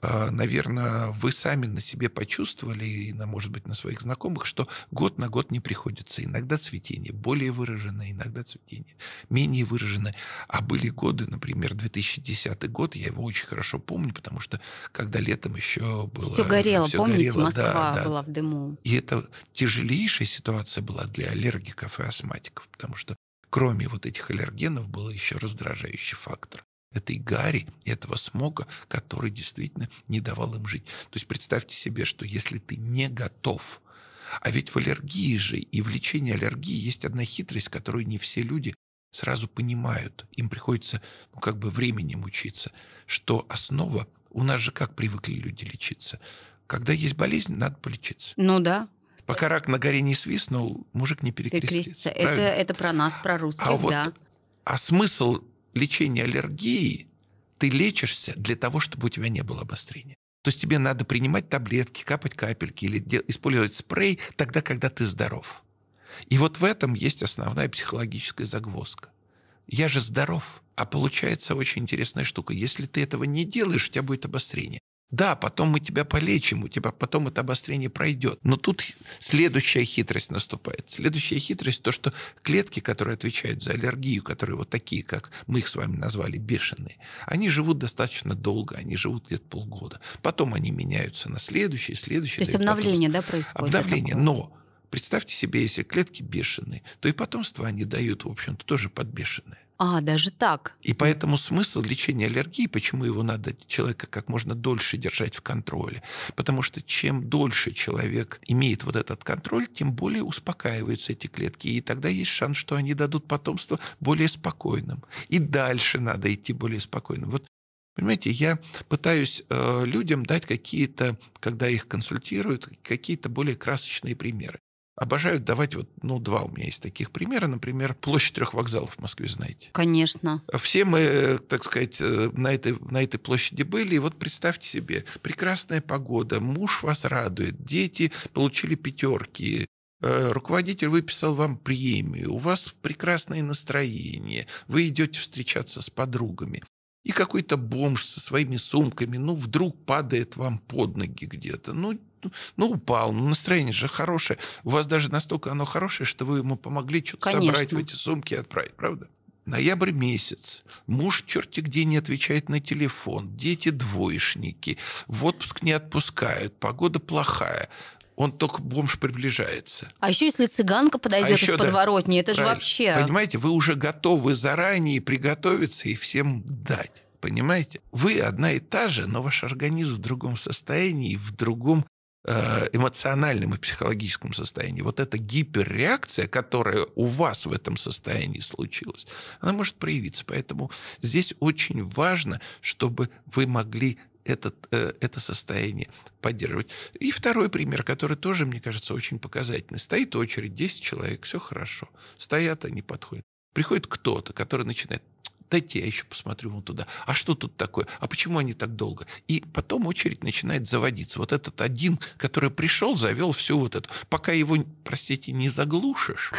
наверное, вы сами на себе почувствовали, и, может быть, на своих знакомых, что год на год не приходится. Иногда цветение более выраженное, иногда цветение менее выраженное. А были годы, например, две тысячи десятый год, я его очень хорошо помню, потому что когда летом еще было... Все горело, все помните, горело, Москва да, была да. в дыму. И это тяжелейшая ситуация была для аллергиков и астматиков, потому что кроме вот этих аллергенов был еще раздражающий фактор. Этой гари, этого смога, который действительно не давал им жить. То есть представьте себе, что если ты не готов, а ведь в аллергии же и в лечении аллергии есть одна хитрость, которую не все люди сразу понимают. Им приходится, ну, как бы временем учиться, что основа, у нас же как привыкли люди лечиться? Когда есть болезнь, надо полечиться. Ну да. Пока рак на горе не свистнул, мужик не перекрестится. Это, это про нас, про русских, а вот, да. А смысл лечения аллергии, ты лечишься для того, чтобы у тебя не было обострения. То есть тебе надо принимать таблетки, капать капельки или использовать спрей тогда, когда ты здоров. И вот в этом есть основная психологическая загвоздка. Я же здоров, а получается очень интересная штука. Если ты этого не делаешь, у тебя будет обострение. Да, потом мы тебя полечим, у тебя потом это обострение пройдет. Но тут следующая хитрость наступает. Следующая хитрость – то, что клетки, которые отвечают за аллергию, которые вот такие, как мы их с вами назвали, бешеные, они живут достаточно долго, они живут где-то полгода. Потом они меняются на следующие, следующие. То есть обновление, потом... да, происходит? Обновление, но представьте себе, если клетки бешеные, то и потомство они дают, в общем-то, тоже подбешенное. А, даже так. И поэтому смысл лечения аллергии, почему его надо человека как можно дольше держать в контроле? Потому что чем дольше человек имеет вот этот контроль, тем более успокаиваются эти клетки. И тогда есть шанс, что они дадут потомство более спокойным. И дальше надо идти более спокойным. Вот, понимаете, я пытаюсь э, людям дать какие-то, когда их консультируют, какие-то более красочные примеры. Обожают давать, вот, ну, два у меня есть таких примера. Например, площадь трех вокзалов в Москве, знаете. Конечно. Все мы, так сказать, на этой, на этой площади были. И вот представьте себе, прекрасная погода, муж вас радует, дети получили пятерки, руководитель выписал вам премию, у вас прекрасное настроение, вы идете встречаться с подругами. И какой-то бомж со своими сумками, ну, вдруг падает вам под ноги где-то. Ну, ну упал, ну, настроение же хорошее. У вас даже настолько оно хорошее, что вы ему помогли что-то собрать в эти сумки и отправить, правда? Ноябрь месяц. Муж черти где не отвечает на телефон. Дети двоечники. В отпуск не отпускают. Погода плохая. Он только бомж приближается. А еще если цыганка подойдет а из подворотни, да, это же вообще... Понимаете, вы уже готовы заранее приготовиться и всем дать. Понимаете? Вы одна и та же, но ваш организм в другом состоянии, в другом э, эмоциональном и психологическом состоянии. Вот эта гиперреакция, которая у вас в этом состоянии случилась, она может проявиться. Поэтому здесь очень важно, чтобы вы могли Этот, э, это состояние поддерживать. И второй пример, который тоже, мне кажется, очень показательный. Стоит очередь, десять человек, все хорошо. Стоят, они подходят. Приходит кто-то, который начинает: дайте я еще посмотрю вон туда. А что тут такое? А почему они так долго? И потом очередь начинает заводиться. Вот этот один, который пришел, завел всю вот эту. Пока его, простите, не заглушишь,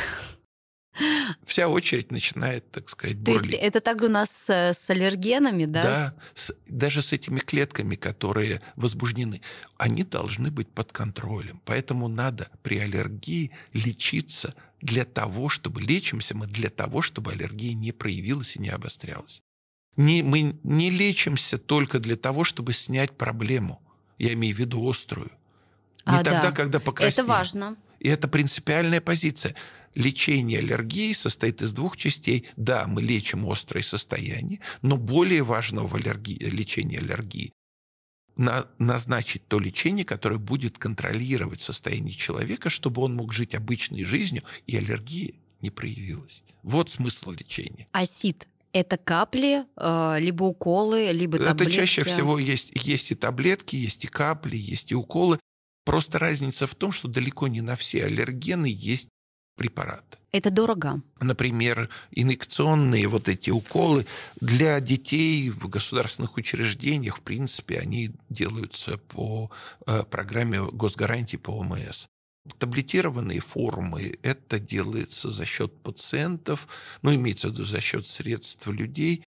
вся очередь начинает, так сказать, бурлить. То есть это так у нас с, с аллергенами, да? Да, с, даже с этими клетками, которые возбуждены, они должны быть под контролем. Поэтому надо при аллергии лечиться для того, чтобы... Лечимся мы для того, чтобы аллергия не проявилась и не обострялась. Не, мы не лечимся только для того, чтобы снять проблему. Я имею в виду острую. Не а, тогда, да. когда покраснеет. Это важно. И это принципиальная позиция. Лечение аллергии состоит из двух частей. Да, мы лечим острое состояние, но более важно в аллергии, лечении аллергии на, назначить то лечение, которое будет контролировать состояние человека, чтобы он мог жить обычной жизнью, и аллергия не проявилась. Вот смысл лечения. АСИД – это капли, либо уколы, либо таблетки? Это чаще всего есть, есть и таблетки, есть и капли, есть и уколы. Просто разница в том, что далеко не на все аллергены есть препараты. Это дорого. Например, инъекционные вот эти уколы для детей в государственных учреждениях, в принципе, они делаются по э, программе госгарантии по ОМС. Таблетированные формы – это делается за счет пациентов, ну, имеется в виду за счет средств людей.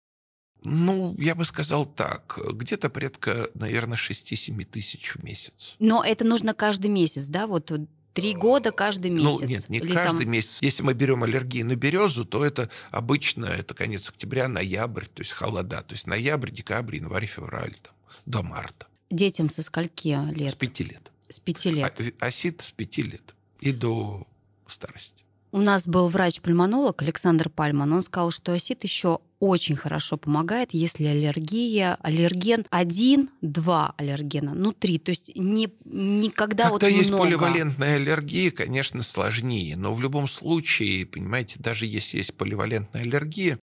Ну, я бы сказал так, где-то порядка, наверное, шесть-семь тысяч в месяц. Но это нужно каждый месяц, да? Вот три года каждый месяц? Ну, нет, не Или каждый там... месяц. Если мы берем аллергию на березу, то это обычно это конец октября, ноябрь, то есть холода. То есть ноябрь, декабрь, январь, февраль, там, до марта. Детям со скольки лет? С пяти лет. С пяти лет. А, осит с пяти лет и до старости. У нас был врач-пульмонолог Александр Пальман. Он сказал, что осит еще очень хорошо помогает, если аллергия, аллерген один-два аллергена, ну три, то есть не, никогда Когда вот есть много. поливалентная аллергия, конечно, сложнее. Но в любом случае, понимаете, даже если есть поливалентная аллергия,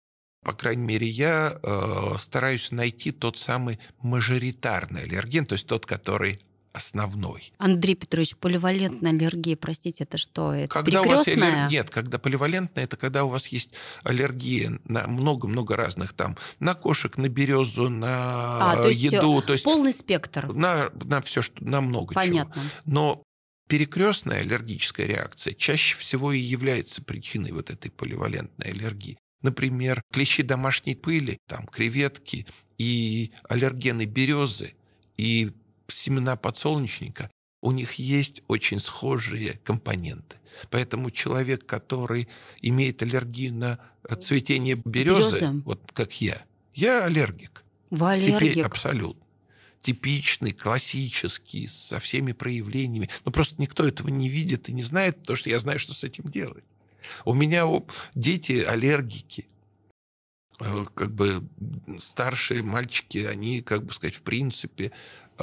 по крайней мере, я э, стараюсь найти тот самый мажоритарный аллерген, то есть тот, который основной. Андрей Петрович, поливалентная аллергия, простите, это что? Это когда у вас перекрестная? аллер... Нет, когда поливалентная, это когда у вас есть аллергия на много-много разных там, на кошек, на березу, на а, то есть еду. То есть полный спектр. На, на все, что, на много Понятно. чего. Но перекрестная аллергическая реакция чаще всего и является причиной вот этой поливалентной аллергии. Например, клещи домашней пыли, там, креветки и аллергены березы, и семена подсолнечника, у них есть очень схожие компоненты. Поэтому человек, который имеет аллергию на цветение березы, Березы. вот как я, я аллергик. Вы аллергик? Теперь абсолютно. Типичный, классический, со всеми проявлениями. Но просто никто этого не видит и не знает, потому что я знаю, что с этим делать. У меня дети аллергики. Как бы старшие мальчики, они, как бы сказать, в принципе,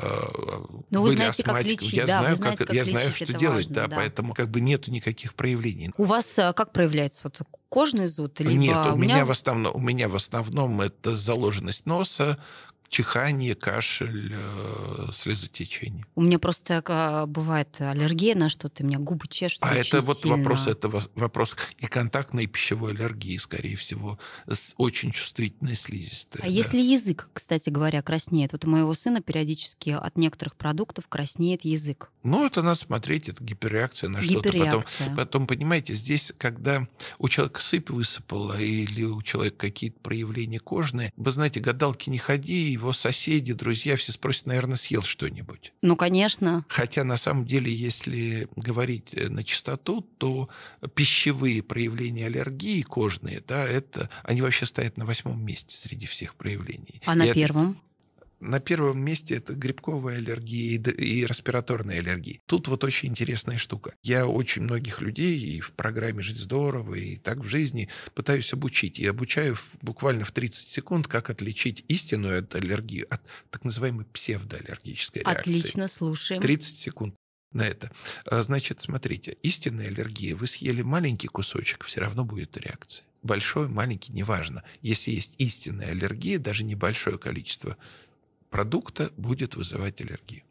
но вы знаете, как лечить, я да, знаю, вы знаете, как, как я лечить, знаю, что это делать, важно, да, да, поэтому как бы нету никаких проявлений. У вас как проявляется вот кожный зуд? Либо... Нет, у, у меня... меня в основном, у меня в основном это заложенность носа, чихание, кашель, слезотечение. У меня просто бывает аллергия на что-то, у меня губы чешутся А очень это вот сильно. вопрос, это вопрос и контактной пищевой аллергии, скорее всего, с очень чувствительной слизистой. А да. если язык, кстати говоря, краснеет? Вот у моего сына периодически от некоторых продуктов краснеет язык. Ну, это надо смотреть, это гиперреакция на что-то. Потом, потом, понимаете, здесь, когда у человека сыпь высыпала или у человека какие-то проявления кожные, вы знаете, гадалки не ходи, его соседи, друзья, все спросят, наверное, съел что-нибудь. Ну, конечно. Хотя, на самом деле, если говорить на чистоту, то пищевые проявления аллергии кожные, да, это, они вообще стоят на восьмом месте среди всех проявлений. А на И первом? Это... На первом месте это грибковая аллергия и респираторная аллергия. Тут вот очень интересная штука. Я очень многих людей и в программе «Жить здорово», и так в жизни пытаюсь обучить. И обучаю буквально в тридцать секунд, как отличить истинную аллергию от так называемой псевдоаллергической реакции. Отлично, слушаем. тридцать секунд на это. Значит, смотрите, истинная аллергия. Вы съели маленький кусочек, все равно будет реакция. Большой, маленький, неважно. Если есть истинная аллергия, даже небольшое количество продукта будет вызывать аллергию.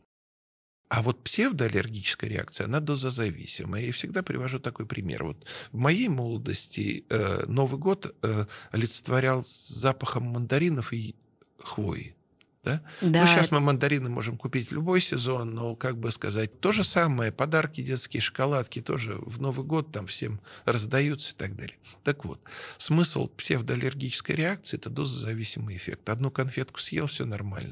А вот псевдоаллергическая реакция, она дозозависимая. Я всегда привожу такой пример. Вот в моей молодости э, Новый год э, олицетворял с запахом мандаринов и хвои. Да? Да. Ну, сейчас мы мандарины можем купить в любой сезон, но, как бы сказать, то же самое, подарки детские, шоколадки тоже в Новый год там всем раздаются и так далее. Так вот, смысл псевдоаллергической реакции – это дозозависимый эффект. Одну конфетку съел, все нормально.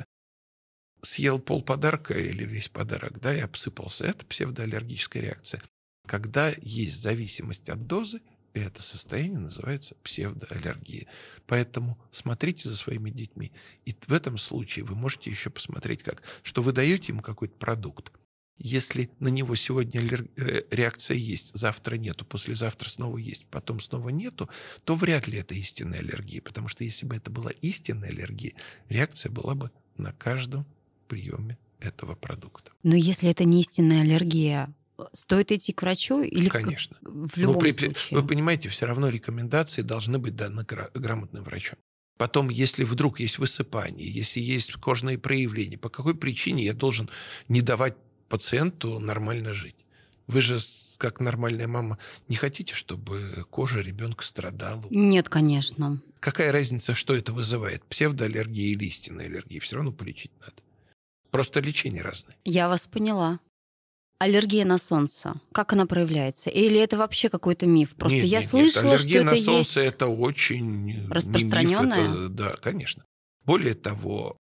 Съел пол подарка или весь подарок, да, и обсыпался. Это псевдоаллергическая реакция. Когда есть зависимость от дозы, это состояние называется псевдоаллергия. Поэтому смотрите за своими детьми. И в этом случае вы можете еще посмотреть, как, что вы даете ему какой-то продукт. Если на него сегодня аллер... реакция есть, завтра нету, послезавтра снова есть, потом снова нету, то вряд ли это истинная аллергия. Потому что если бы это была истинная аллергия, реакция была бы на каждом приеме этого продукта. Но если это не истинная аллергия, стоит идти к врачу или Конечно. в любом ну, при, случае? Вы понимаете, все равно рекомендации должны быть даны грамотным врачом. Потом, если вдруг есть высыпание, если есть кожные проявления, по какой причине я должен не давать пациенту нормально жить? Вы же, как нормальная мама, не хотите, чтобы кожа ребенка страдала? Нет, конечно. Какая разница, что это вызывает? Псевдоаллергия или истинная аллергия? Все равно полечить надо. Просто лечение разное. Я вас поняла. Аллергия на солнце. Как она проявляется? Или это вообще какой-то миф? Просто нет, я нет, слышала, нет. Аллергия что на это солнце есть... это очень распространенная? Не миф, это, да, конечно. Более того,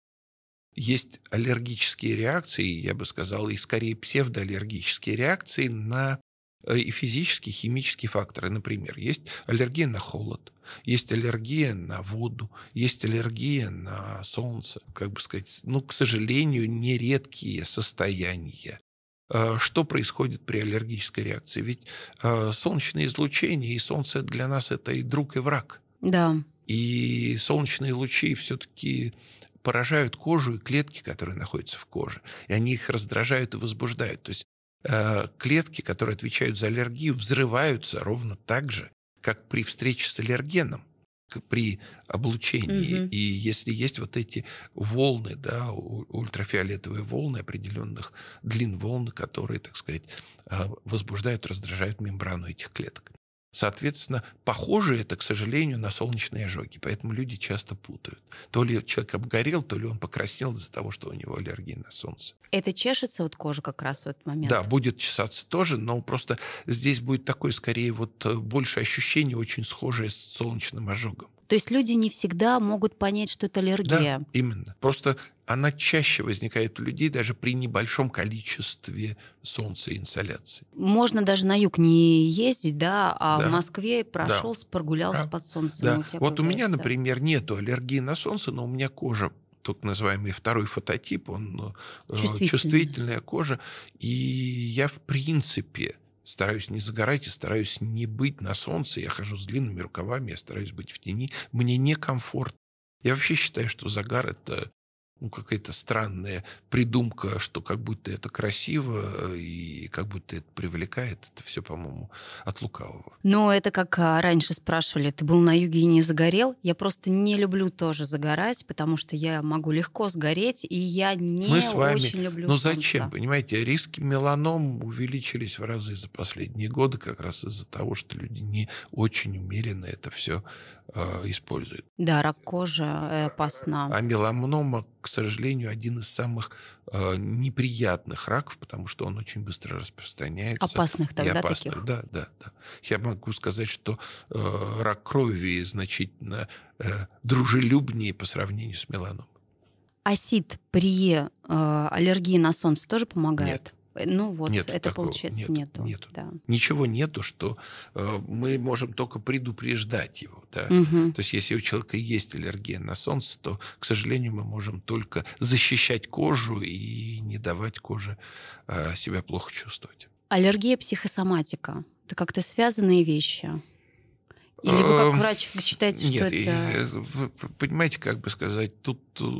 есть аллергические реакции, я бы сказал, и скорее псевдоаллергические реакции на и физические, химические факторы. Например, есть аллергия на холод, есть аллергия на воду, есть аллергия на солнце. Как бы сказать, ну, к сожалению, нередкие состояния. Что происходит при аллергической реакции? Ведь солнечное излучение и солнце для нас это и друг, и враг. Да. И солнечные лучи все-таки поражают кожу и клетки, которые находятся в коже. И они их раздражают и возбуждают. То есть э, клетки, которые отвечают за аллергию, взрываются ровно так же, как при встрече с аллергеном, как при облучении. Угу. И если есть вот эти волны, да, ультрафиолетовые волны определенных длин волн, которые, так сказать, возбуждают, раздражают мембрану этих клеток. Соответственно, похоже это, к сожалению, на солнечные ожоги. Поэтому люди часто путают. То ли человек обгорел, то ли он покраснел из-за того, что у него аллергия на солнце. Это чешется вот кожа как раз в этот момент? Да, будет чесаться тоже, но просто здесь будет такое, скорее, вот больше ощущение, очень схожее с солнечным ожогом. То есть люди не всегда могут понять, что это аллергия? Да, именно. Просто она чаще возникает у людей даже при небольшом количестве солнца и инсоляции. Можно даже на юг не ездить, да, а да. в Москве прошел, да. прогулялся да. под солнцем. Да. У тебя вот у меня, да? например, нету аллергии на солнце, но у меня кожа, так называемый второй фототип, он чувствительная. чувствительная кожа, и я в принципе стараюсь не загорать и стараюсь не быть на солнце. Я хожу с длинными рукавами, я стараюсь быть в тени. Мне некомфортно. Я вообще считаю, что загар – это ну, какая-то странная придумка, что как будто это красиво и как будто это привлекает. Это все, по-моему, от лукавого. Ну, это как раньше спрашивали, ты был на юге и не загорел? Я просто не люблю тоже загорать, потому что я могу легко сгореть, и я не Мы с вами, очень люблю ну солнце. зачем? Понимаете, риски меланом увеличились в разы за последние годы как раз из-за того, что люди не очень умеренно это все э, используют. Да, рак кожи опасно. А меланома, к сожалению, один из самых э, неприятных раков, потому что он очень быстро распространяется. Опасных тогда опасных. таких? Да, да, да. Я могу сказать, что э, рак крови значительно э, дружелюбнее по сравнению с меланомой. Асид при э, аллергии на солнце тоже помогает? Нет. Ну вот, нету это такого. получается нету. нету. нету. Да. Ничего нету, что э, мы можем только предупреждать его. Да? Угу. То есть если у человека есть аллергия на солнце, то, к сожалению, мы можем только защищать кожу и не давать коже э, себя плохо чувствовать. Аллергия, психосоматика – это как-то связанные вещи? Или вы как врач считаете, Нет, что это... Вы понимаете, как бы сказать, тут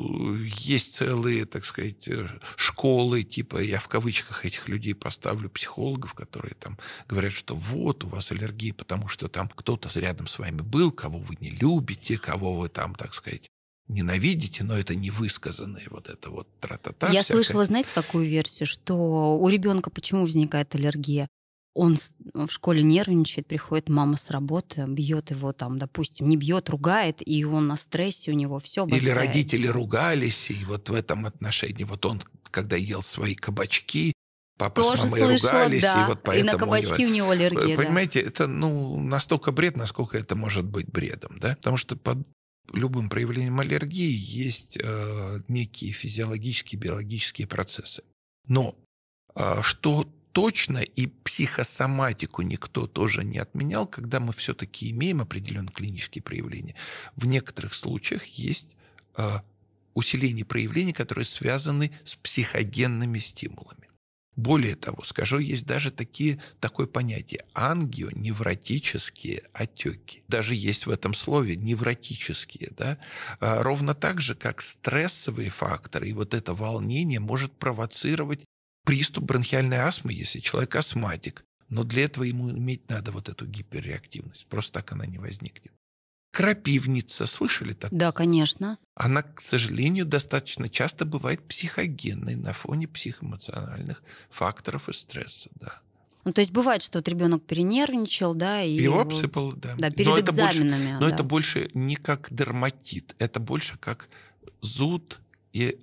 есть целые, так сказать, школы, типа, я в кавычках этих людей поставлю, психологов, которые там говорят, что вот, у вас аллергия, потому что там кто-то рядом с вами был, кого вы не любите, кого вы там, так сказать, ненавидите, но это невысказанное вот это вот тра-та-та. Я всякое. слышала, знаете, какую версию, что у ребенка почему возникает аллергия? Он в школе нервничает, приходит мама с работы, бьет его там, допустим, не бьет, ругает, и он на стрессе, у него все обостряется. Или родители ругались, и вот в этом отношении, вот он, когда ел свои кабачки, папа Тоже с мамой слышала, ругались, да. и вот поэтому... И на кабачки у него аллергия, Понимаете, да. это ну, настолько бред, насколько это может быть бредом, да? Потому что под любым проявлением аллергии есть э, некие физиологические, биологические процессы. Но э, что точно, и психосоматику никто тоже не отменял, когда мы все-таки имеем определенные клинические проявления. В некоторых случаях есть э, усиление проявлений, которые связаны с психогенными стимулами. Более того, скажу, есть даже такие, такое понятие – ангионевротические отеки. Даже есть в этом слове невротические. Да? А ровно так же, как стрессовые факторы, и вот это волнение может провоцировать приступ бронхиальной астмы, если человек астматик. Но для этого ему иметь надо вот эту гиперреактивность. Просто так она не возникнет. Крапивница, слышали так? Да, конечно. Она, к сожалению, достаточно часто бывает психогенной на фоне психоэмоциональных факторов и стресса. Да. Ну, то есть бывает, что вот ребенок перенервничал, да, и его обсыпало, да. Да, перед но это экзаменами. Больше, но да. это больше не как дерматит, это больше как зуд и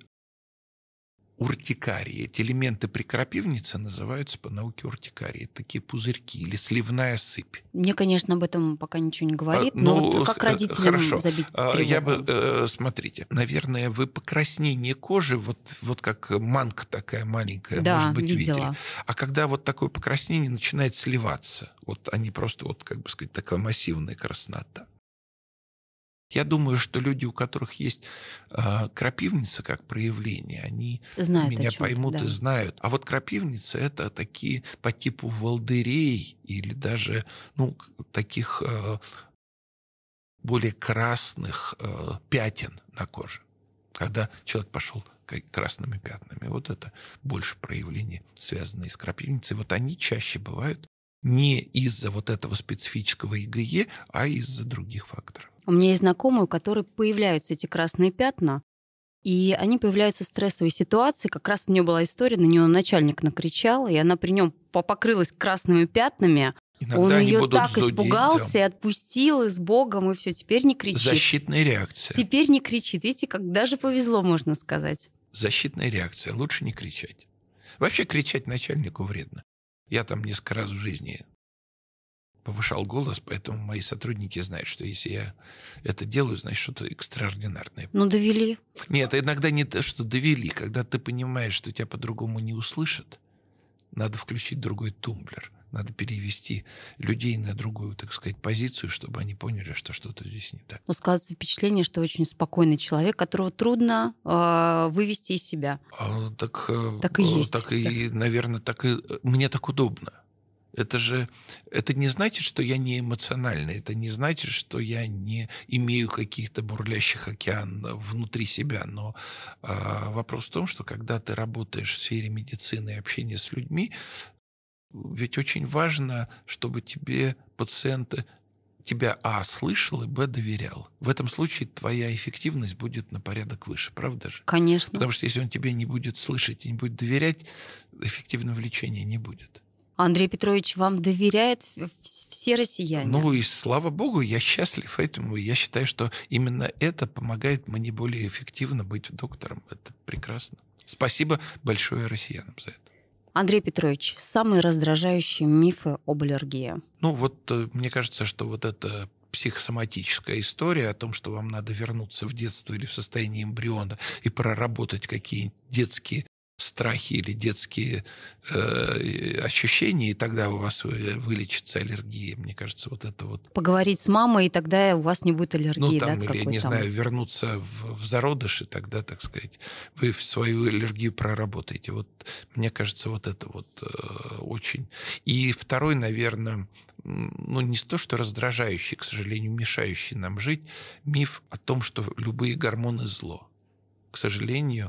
уртикария. Эти элементы при крапивнице называются по науке уртикарии. Такие пузырьки или сливная сыпь. Мне, конечно, об этом пока ничего не говорит, А, но ну, вот как родителям хорошо. забить тревогу? Я бы, смотрите, наверное, вы покраснение кожи, вот, вот как манка такая маленькая, да, может быть, видела. видели. А когда вот такое покраснение начинает сливаться, вот они просто, вот, как бы сказать, такая массивная краснота. Я думаю, что люди, у которых есть э, крапивница как проявление, они Знают меня о чём-то, поймут да. и знают. А вот крапивница – это такие по типу волдырей или даже ну, таких э, более красных э, пятен на коже. Когда человек пошел красными пятнами. Вот это больше проявление, связанное с крапивницей. Вот они чаще бывают не из-за вот этого специфического ИГЕ, а из-за других факторов. У меня есть знакомые, у которых появляются эти красные пятна, и они появляются в стрессовой ситуации. Как раз у нее была история, на нее начальник накричал, и она при нем покрылась красными пятнами. Иногда Он они ее будут так зудеть, испугался да. и отпустил, и с Богом, и все, теперь не кричит. Защитная реакция. Теперь не кричит. Видите, как даже повезло, можно сказать. Защитная реакция. Лучше не кричать. Вообще кричать начальнику вредно. Я там несколько раз в жизни повышал голос, поэтому мои сотрудники знают, что если я это делаю, значит, что-то экстраординарное. Ну, довели. Нет, иногда не то, что довели. Когда ты понимаешь, что тебя по-другому не услышат, надо включить другой тумблер. Надо перевести людей на другую, так сказать, позицию, чтобы они поняли, что что-то здесь не так. Но складывается впечатление, что очень спокойный человек, которого трудно э, вывести из себя. А, так, так и есть. Так и, наверное, так и мне так удобно. Это же это не значит, что я не эмоциональный, это не значит, что я не имею каких-то бурлящих океанов внутри себя. Но а, вопрос в том, что когда ты работаешь в сфере медицины и общения с людьми, ведь очень важно, чтобы тебе пациент тебя, а, слышал, и, б, доверял. В этом случае твоя эффективность будет на порядок выше, правда же? Конечно. Потому что если он тебя не будет слышать и не будет доверять, эффективного лечения не будет. Андрей Петрович вам доверяет все россияне. Ну и слава богу, я счастлив этому. Я считаю, что именно это помогает мне более эффективно быть доктором. Это прекрасно. Спасибо большое россиянам за это. Андрей Петрович, самые раздражающие мифы об аллергии. Ну вот мне кажется, что вот это психосоматическая история о том, что вам надо вернуться в детство или в состояние эмбриона и проработать какие-нибудь детские страхи или детские э, ощущения, и тогда у вас вылечится аллергия. Мне кажется, вот это вот... Поговорить с мамой, и тогда у вас не будет аллергии. Ну, там, да, или, не там? знаю, вернуться в, в зародыш, и тогда, так сказать, вы свою аллергию проработаете. Вот, мне кажется, вот это вот э, очень... И второй, наверное, ну, не то, что раздражающий, к сожалению, мешающий нам жить, миф о том, что любые гормоны зло. К сожалению,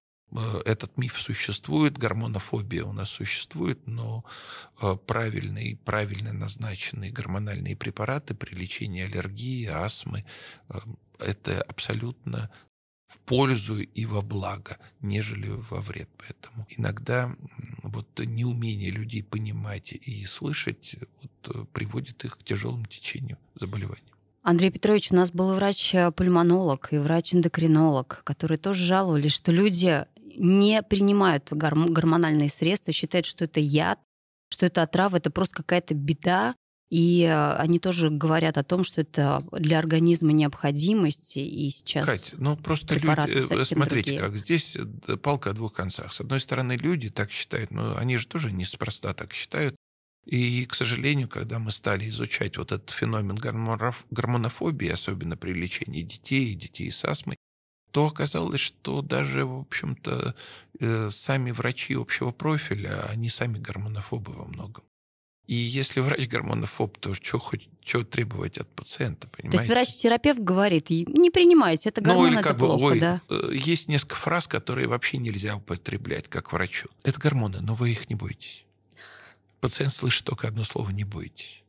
этот миф существует, гормонофобия у нас существует, но правильные, правильно назначенные гормональные препараты при лечении аллергии, астмы – это абсолютно в пользу и во благо, нежели во вред. Поэтому иногда вот неумение людей понимать и слышать вот, приводит их к тяжелому течению заболеваний. Андрей Петрович, у нас был врач-пульмонолог и врач-эндокринолог, которые тоже жаловались, что люди не принимают гормональные средства, считают, что это яд, что это отрава, это просто какая-то беда. И они тоже говорят о том, что это для организма необходимость. И сейчас Кать, ну просто люди, смотрите, другие. Как здесь палка о двух концах. С одной стороны, люди так считают, но они же тоже неспроста так считают. И, к сожалению, когда мы стали изучать вот этот феномен гормонофобии, особенно при лечении детей, детей с астмой, то оказалось, что даже, в общем-то, э, сами врачи общего профиля, они сами гормонофобы во многом. И если врач гормонофоб, то что хоть что требовать от пациента, понимаете? То есть врач-терапевт говорит, не принимайте, это гормон, ну, это бы, плохо, ой, да? Есть несколько фраз, которые вообще нельзя употреблять как врачу. Это гормоны, но вы их не бойтесь. Пациент слышит только одно слово «не бойтесь».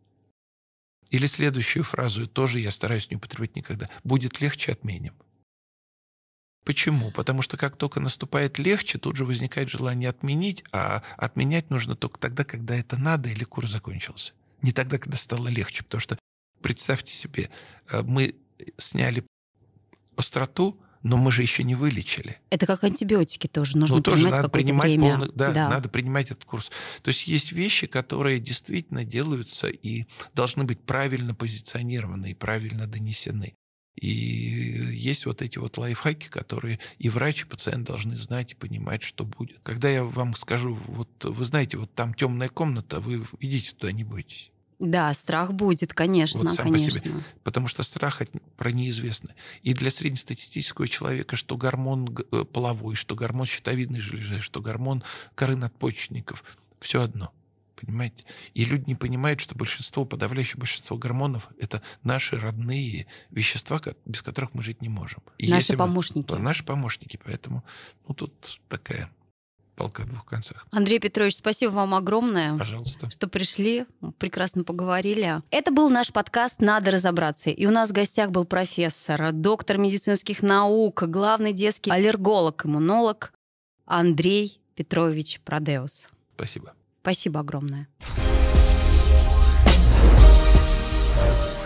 Или следующую фразу, тоже я стараюсь не употреблять никогда. «Будет легче, отменим». Почему? Потому что как только наступает легче, тут же возникает желание отменить, а отменять нужно только тогда, когда это надо или курс закончился. Не тогда, когда стало легче. Потому что, представьте себе, мы сняли остроту, но мы же еще не вылечили. Это как антибиотики тоже. Нужно ну, тоже принимать надо принимать время. полный, да, да, надо принимать этот курс. То есть есть вещи, которые действительно делаются и должны быть правильно позиционированы и правильно донесены. И есть вот эти вот лайфхаки, которые и врач, и пациент должны знать и понимать, что будет. Когда я вам скажу, вот вы знаете, вот там темная комната, вы идите туда, не бойтесь. Да, страх будет, конечно, вот сам конечно. По себе. Потому что страх про неизвестное. И для среднестатистического человека, что гормон половой, что гормон щитовидной железы, что гормон коры надпочечников, все одно. Понимаете? И люди не понимают, что большинство, подавляющее большинство гормонов — это наши родные вещества, без которых мы жить не можем. И наши помощники. Мы, наши помощники. Поэтому ну, тут такая палка о двух концах. Андрей Петрович, спасибо вам огромное, Пожалуйста, что пришли, прекрасно поговорили. Это был наш подкаст «Надо разобраться». И у нас в гостях был профессор, доктор медицинских наук, главный детский аллерголог, иммунолог Андрей Петрович Продеус. Спасибо. Спасибо огромное.